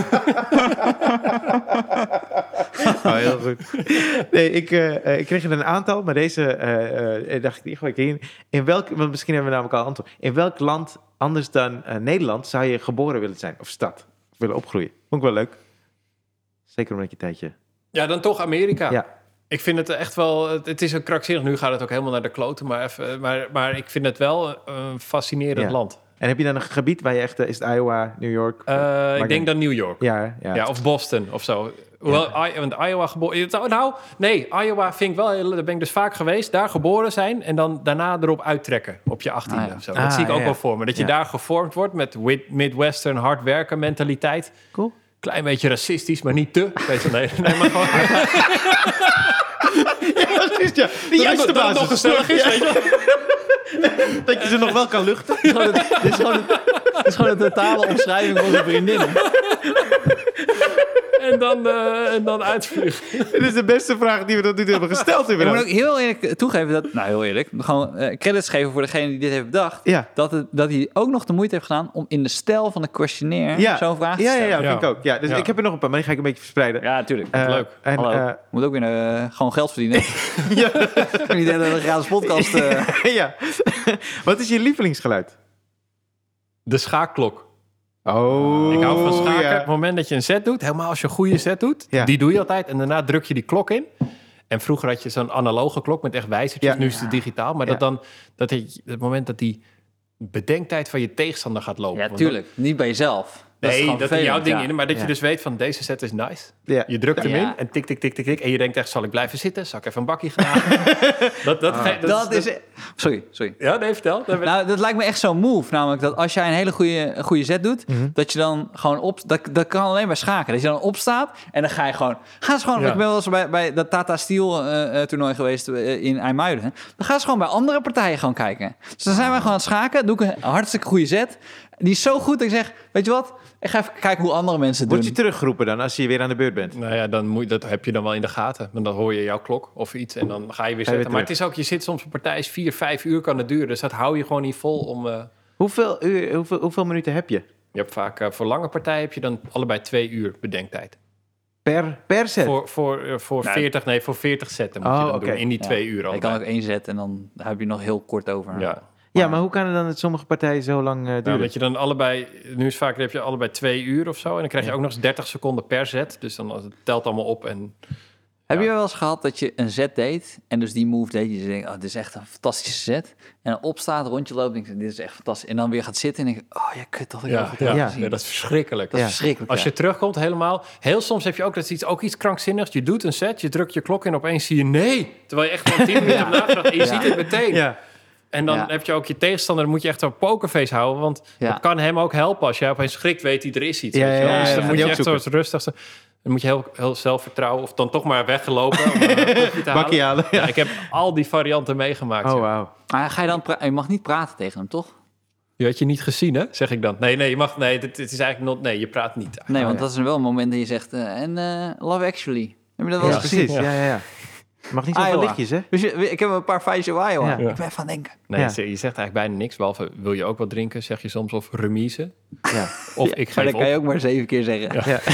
Oh, heel goed. Nee, ik kreeg er een aantal, maar deze dacht ik, die gooi ik erin. Want misschien hebben we namelijk al antwoord. In welk land anders dan Nederland zou je geboren willen zijn? Of stad? Of willen opgroeien? Vond ik wel leuk. Zeker omdat je een tijdje... Ja, dan toch Amerika. Ja. Ik vind het echt wel... Het is een krankzinnig. Nu gaat het ook helemaal naar de kloten. Maar ik vind het wel een fascinerend land. En heb je dan een gebied waar je echt... is het Iowa, New York? Ik denk dan New York. Ja. Of Boston of zo. Hoewel, want Iowa geboren... Iowa vind ik wel... Daar ben ik dus vaak geweest. Daar geboren zijn en dan daarna erop uittrekken. Op je 18e of zo. Dat zie ik ook wel voor me. Dat je daar gevormd wordt met Midwestern hard werken mentaliteit. Cool. Klein beetje racistisch, maar niet te. Weet je, nee, maar gewoon... Precies, ja. De juiste dat het nog basis. gezellig is, weet je. Dat je ze nog wel kan luchten. Dit is gewoon een totale omschrijving van zijn vriendinnen. En dan uitvliegen. Dit is de beste vraag die we tot nu toe hebben gesteld. Ik moet ook heel eerlijk toegeven dat... Nou, heel eerlijk. Gewoon credits geven voor degene die dit heeft bedacht. Ja. Dat hij ook nog de moeite heeft gedaan om in de stijl van de questionnaire zo'n vraag te stellen. Ja, vind ik ook. Ja, dus ik heb er nog een paar, maar die ga ik een beetje verspreiden. Ja, tuurlijk. Leuk. En, Hallo. Moet ook weer gewoon geld verdienen. Niet een gratis podcast. ja. Wat is je lievelingsgeluid? De schaakklok. Oh, Ik hou van schaken. ja. Op het moment dat je een set doet, helemaal als je een goede set doet, die doe je altijd. En daarna druk je die klok in. En vroeger had je zo'n analoge klok met echt wijzertjes. Nu is het digitaal. Maar het moment dat die bedenktijd van je tegenstander gaat lopen. Ja, tuurlijk. Niet bij jezelf. Dat is jouw ding in. Maar dat Ja. je dus weet van deze set is nice. Ja. Je drukt hem Ja. in en tik, tik, tik, tik, tik. En je denkt echt, zal ik blijven zitten? Zal ik even een bakje gaan? Dat is... Sorry. Ja, nee, vertel. Nou, dat lijkt me echt zo'n move. Namelijk dat als jij een hele goede set doet, dat je dan gewoon dat kan alleen bij schaken. Dat je dan opstaat en dan ga je gewoon... Ja. Ik ben wel eens bij dat Tata Steel toernooi geweest in IJmuiden. Dan gaan ze gewoon bij andere partijen gewoon kijken. Dus dan zijn wij gewoon aan het schaken. Doe ik een hartstikke goede set. Die is zo goed dat ik zeg, weet je wat? Ik ga even kijken hoe andere mensen het doen. Word je teruggeroepen dan als je weer aan de beurt bent? Nou ja, dat heb je dan wel in de gaten. Want dan hoor je jouw klok of iets en dan ga je weer zetten. Maar het is ook, je zit soms op partij, 4-5 uur kan het duren. Dus dat hou je gewoon niet vol om... Hoeveel minuten heb je? Je hebt vaak, voor lange partijen heb je dan allebei 2 uur bedenktijd. Per set? Voor 40 zetten moet je dan doen in die 2 uur Je allebei. kan ook 1 zetten en dan heb je nog heel kort over. Ja. Ja, maar hoe kan het dan dat sommige partijen zo lang duren? Nou, dat je dan allebei, nu is vaak heb je allebei 2 uur of zo. En dan krijg je ook nog eens 30 seconden per set. Dus dan het telt allemaal op. En Heb je wel eens gehad dat je een set deed en dus die move deed, je denkt, oh, dit is echt een fantastische set. En dan opstaat, rondje loopt en denkt, dit is echt fantastisch. En dan weer gaat zitten en denk oh ja, kut, dat had ik ook ja. gezien. Nee, dat is verschrikkelijk. Dat is verschrikkelijk. Als je terugkomt helemaal... Heel soms heb je ook, dat is iets krankzinnigs. Je doet een set, je drukt je klok in, opeens zie je nee. Terwijl je echt van 10 minuten hebt nagedacht en je ziet het meteen. Ja. En dan heb je ook je tegenstander, dan moet je echt een pokerface houden. Want het kan hem ook helpen. Als jij opeens schrikt, weet hij, er is iets. Ja, weet je wel. ja, Dus ja, dan ja, moet je die echt zo rustig... Dan moet je heel zelfvertrouwen... Of dan toch maar weggelopen om een koffie te Bakje halen. Ja, ik heb al die varianten meegemaakt. Oh, ja. wauw. Maar ga je dan je mag niet praten tegen hem, toch? Je had je niet gezien, hè? Zeg ik dan. Nee, je mag... Nee, dit is eigenlijk... Nee, je praat niet. Nee, want dat is wel een moment dat je zegt, Love Actually. Heb je dat wel Ja, eens gezien? precies. Ja. Je mag niet zoveel Iowa. lichtjes, hè? Dus ik heb een paar feitjes over Iowa. Ja. Ik ben even aan het denken. Nee, Ja. je zegt eigenlijk bijna niks. Behalve, wil je ook wat drinken? Zeg je soms of remise. Ja. Of ik Maar geef dat kan je op. ook maar 7 keer zeggen. Ja.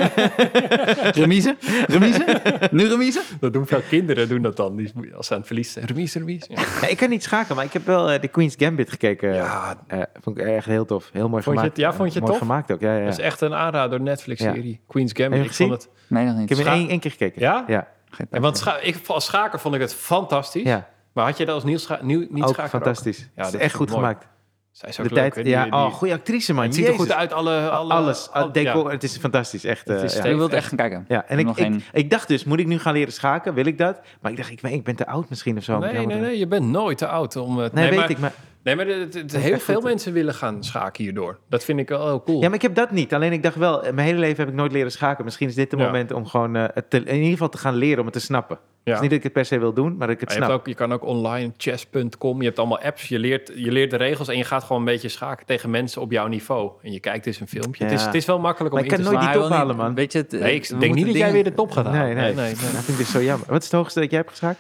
Remise? Nu remise? Dat doen veel kinderen doen dat dan. Als ze aan het verliezen zijn. Remise. Ja. Ja, ik kan niet schaken, maar ik heb wel de Queen's Gambit gekeken. Ja. Vond ik echt heel tof. Heel mooi Vond je gemaakt. het- ja, vond je het mooi tof? gemaakt ook, ja. Dat is echt een aanrader, Netflix-serie. Queen's Heb Gambit. je Ik vond gezien? het... Nee, nog niet. Ik heb hem één keer gekeken. Ja? Ja. En want als schaker vond ik het fantastisch. Ja, Maar had je dat als niet ook schaker fantastisch. Ja, het dat is echt is goed mooi. gemaakt. Zij is De ook leuk, tijd, hè? ja, goede actrice, man. Het ziet er Jezus. goed uit, Alles. Decor, ja. het is fantastisch. Echt. Het is Ik steeds- wil het echt gaan kijken. Ja, en Nog geen- ik dacht dus, moet ik nu gaan leren schaken? Wil ik dat? Maar ik dacht, ik ben te oud misschien of zo. Nee, je bent nooit te oud om... Nee, weet maar, ik, maar... Nee, maar heel veel mensen willen gaan schaken hierdoor. Dat vind ik wel heel cool. Ja, maar ik heb dat niet. Alleen ik dacht wel, mijn hele leven heb ik nooit leren schaken. Misschien is dit het moment om gewoon in ieder geval te gaan leren om het te snappen. Het is niet dat ik het per se wil doen, maar dat ik het snap. Je kan ook online, chess.com, je hebt allemaal apps. Je leert de regels en je gaat gewoon een beetje schaken tegen mensen op jouw niveau. En je kijkt dus een filmpje. Ja. Het is wel makkelijk om maar ik kan nooit die top halen, man. Weet je het, ik denk niet dat jij weer de top gaat halen. Nee. Dat vind ik dus zo jammer. Wat is het hoogste dat jij hebt geschaakt?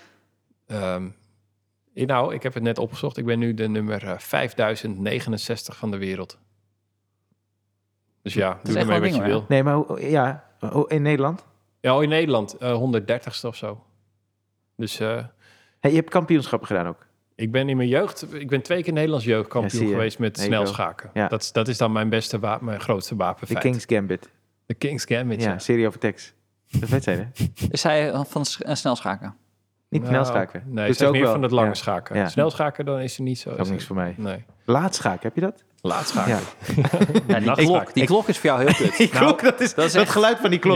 Nou, ik heb het net opgezocht. Ik ben nu de nummer 5069 van de wereld. Dus ja, doe ermee wat je wil. Nee, maar in Nederland? Ja, in Nederland 130ste of zo. Dus je hebt kampioenschappen gedaan ook? Ik ben in mijn jeugd... Ik ben 2 keer Nederlands jeugdkampioen geweest met snelschaken. Ja. Dat is dan mijn grootste wapenfeit. De King's Gambit. De King's Gambit, ja. Serie over tekst. Dat vet zijn, hè? Is hij van snelschaken? Niet snelschaken. Nee, het is meer van het lange schaken. Ja. Snelschaken, dan is er niet zo. Dat is niks voor mij. Nee. Laadschaken, heb je dat? Laadschaken. Ja. Die klok is voor jou heel kut. Die klok, dat is het geluid van die klok.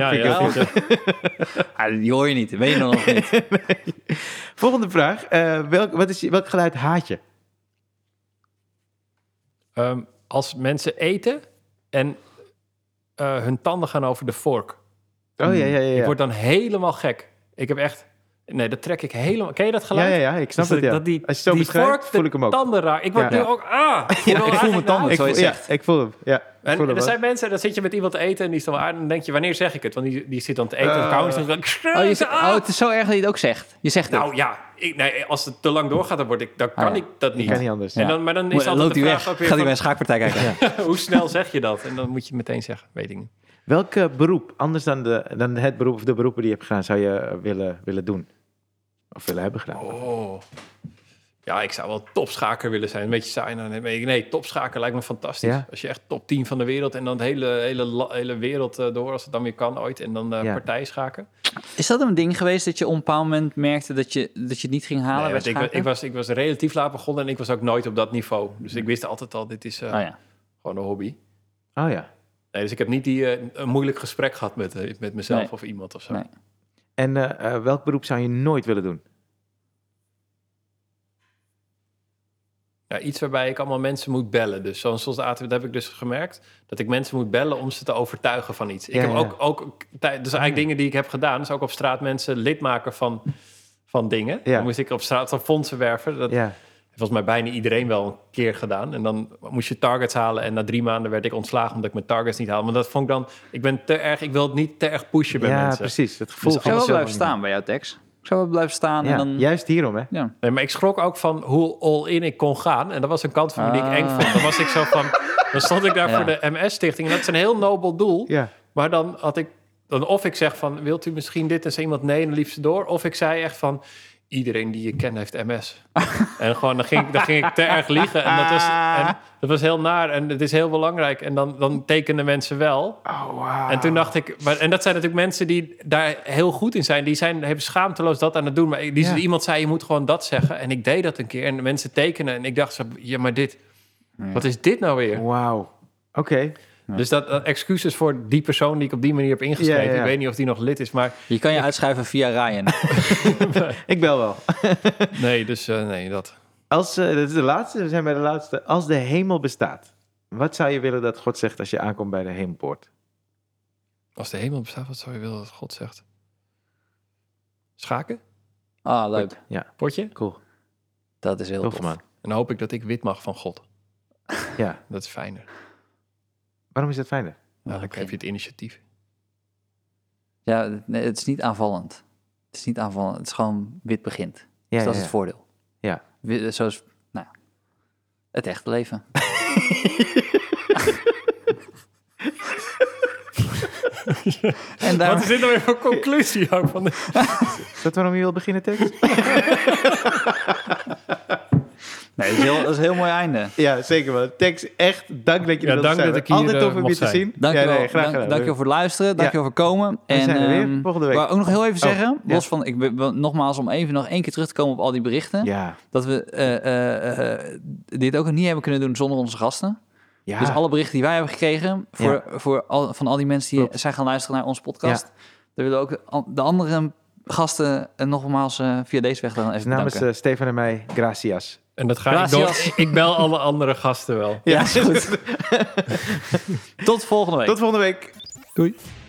Die hoor je niet, weet je nog niet. Nee. Volgende vraag. Welk geluid haat je? Als mensen eten en hun tanden gaan over de vork. Oh ja. Ik word dan helemaal gek. Ik heb echt... Nee, dat trek ik helemaal... Ken je dat geluid? Ja, ik snap het, ja. Dat die, als je zo beschrijft, voel ik hem ook. Tanden raar. Ik word nu ook... ik voel mijn tanden, zo je zegt. Ik voel hem, ja. En er zijn mensen, dan zit je met iemand te eten en die is dan wel aardig. En dan denk je, wanneer zeg ik het? Want die zit dan te eten en kauwen. Het is zo erg dat je het ook zegt. Je zegt het. Nou ja, als het te lang doorgaat, dan kan ik dat niet. Kan niet anders. Ja. Maar dan is altijd de vraag ook weer... Gaat hij bij een schaakpartij kijken? Hoe snel zeg je dat? En dan moet je meteen zeggen, weet ik niet. Welk beroep, anders dan het beroep of de beroepen die je hebt gedaan, zou je willen doen? Of willen hebben gedaan? Oh. Ja, ik zou wel topschaker willen zijn. Een beetje saai. Nee, topschaker lijkt me fantastisch. Ja? Als je echt top 10 van de wereld en dan de hele wereld door, als het dan weer kan ooit. En dan partijschaken. Is dat een ding geweest dat je op een bepaald moment merkte dat je het niet ging halen? Nee, ik was relatief laat begonnen en ik was ook nooit op dat niveau. Dus ik wist altijd al, dit is gewoon een hobby. Oh ja. Nee, dus ik heb niet een moeilijk gesprek gehad met mezelf of iemand of zo. Nee. En welk beroep zou je nooit willen doen? Ja, iets waarbij ik allemaal mensen moet bellen. Dus zoals de ATW, dat heb ik dus gemerkt. Dat ik mensen moet bellen om ze te overtuigen van iets. Ik heb ook dus eigenlijk dingen die ik heb gedaan. Dus ook op straat mensen lid maken van dingen. Ja. Dan moest ik op straat van fondsen werven. Dat heeft volgens mij bijna iedereen wel een keer gedaan. En dan moest je targets halen. En na 3 maanden werd ik ontslagen omdat ik mijn targets niet haalde. Maar dat vond ik dan... Ik wil het niet te erg pushen bij mensen. Ja, precies. Het gevoel dus ik zou wel blijven staan bij jouw tekst. Ik zou wel blijven staan. Ja, en dan... juist hierom, hè? Ja. Nee, maar ik schrok ook van hoe all-in ik kon gaan. En dat was een kant van me die ik eng vond. Dan was ik zo van... Dan stond ik daar voor de MS-stichting. En dat is een heel nobel doel. Ja. Maar dan had ik... of ik zeg van, wilt u misschien dit? En zei iemand nee, en dan liep ze door. Of ik zei echt van... Iedereen die je kent heeft MS. En gewoon, dan ging ik te erg liegen. En dat was heel naar. En het is heel belangrijk. En dan tekenen mensen wel. Oh, wow. En toen dacht ik... En dat zijn natuurlijk mensen die daar heel goed in zijn. Die hebben schaamteloos dat aan het doen. Maar iemand zei, je moet gewoon dat zeggen. En ik deed dat een keer. En de mensen tekenen. En ik dacht zo, ja, maar dit... Wat is dit nou weer? Wauw. Oké. Ja. Dus dat excuses voor die persoon die ik op die manier heb ingeschreven. Ik weet niet of die nog lid is, maar... Je kan je uitschrijven via Ryan. Ik bel wel. Nee, dus nee, dat. Dat is de laatste, we zijn bij de laatste. Als de hemel bestaat, wat zou je willen dat God zegt als je aankomt bij de hemelpoort? Als de hemel bestaat, wat zou je willen dat God zegt? Schaken? Ah, leuk. Ja. Potje? Cool. Dat is heel tof, man. En dan hoop ik dat ik wit mag van God. Ja. Dat is fijner. Waarom is dat fijner? Nou, dan heb je het initiatief. Ja, nee, het is niet aanvallend. Het is niet aanvallend. Het is gewoon wit begint. Dus dat is het voordeel. Ja. Zoals, het echte leven. En daar... Wat is dit nou weer voor conclusie ook van Is dat waarom je wil beginnen, tekst? Nee, dat is een heel mooi einde. Ja, zeker wel. Tex, echt dank dat je er dank dat ik hier altijd tof om je te zien. Dankjewel, graag gedaan. Dankjewel voor het luisteren. Dankjewel voor komen. We zijn er weer volgende week. Maar ook nog heel even zeggen, los van, nogmaals om even nog 1 keer terug te komen op al die berichten, dat we dit ook niet hebben kunnen doen zonder onze gasten. Ja. Dus alle berichten die wij hebben gekregen van al die mensen die zijn gaan luisteren naar onze podcast, daar willen we ook de andere gasten nogmaals via deze weg dan even bedanken. Namens Stefan en mij, gracias. En dat ga Gracias. ik bel alle andere gasten wel. Ja, is goed. Tot volgende week. Tot volgende week. Doei.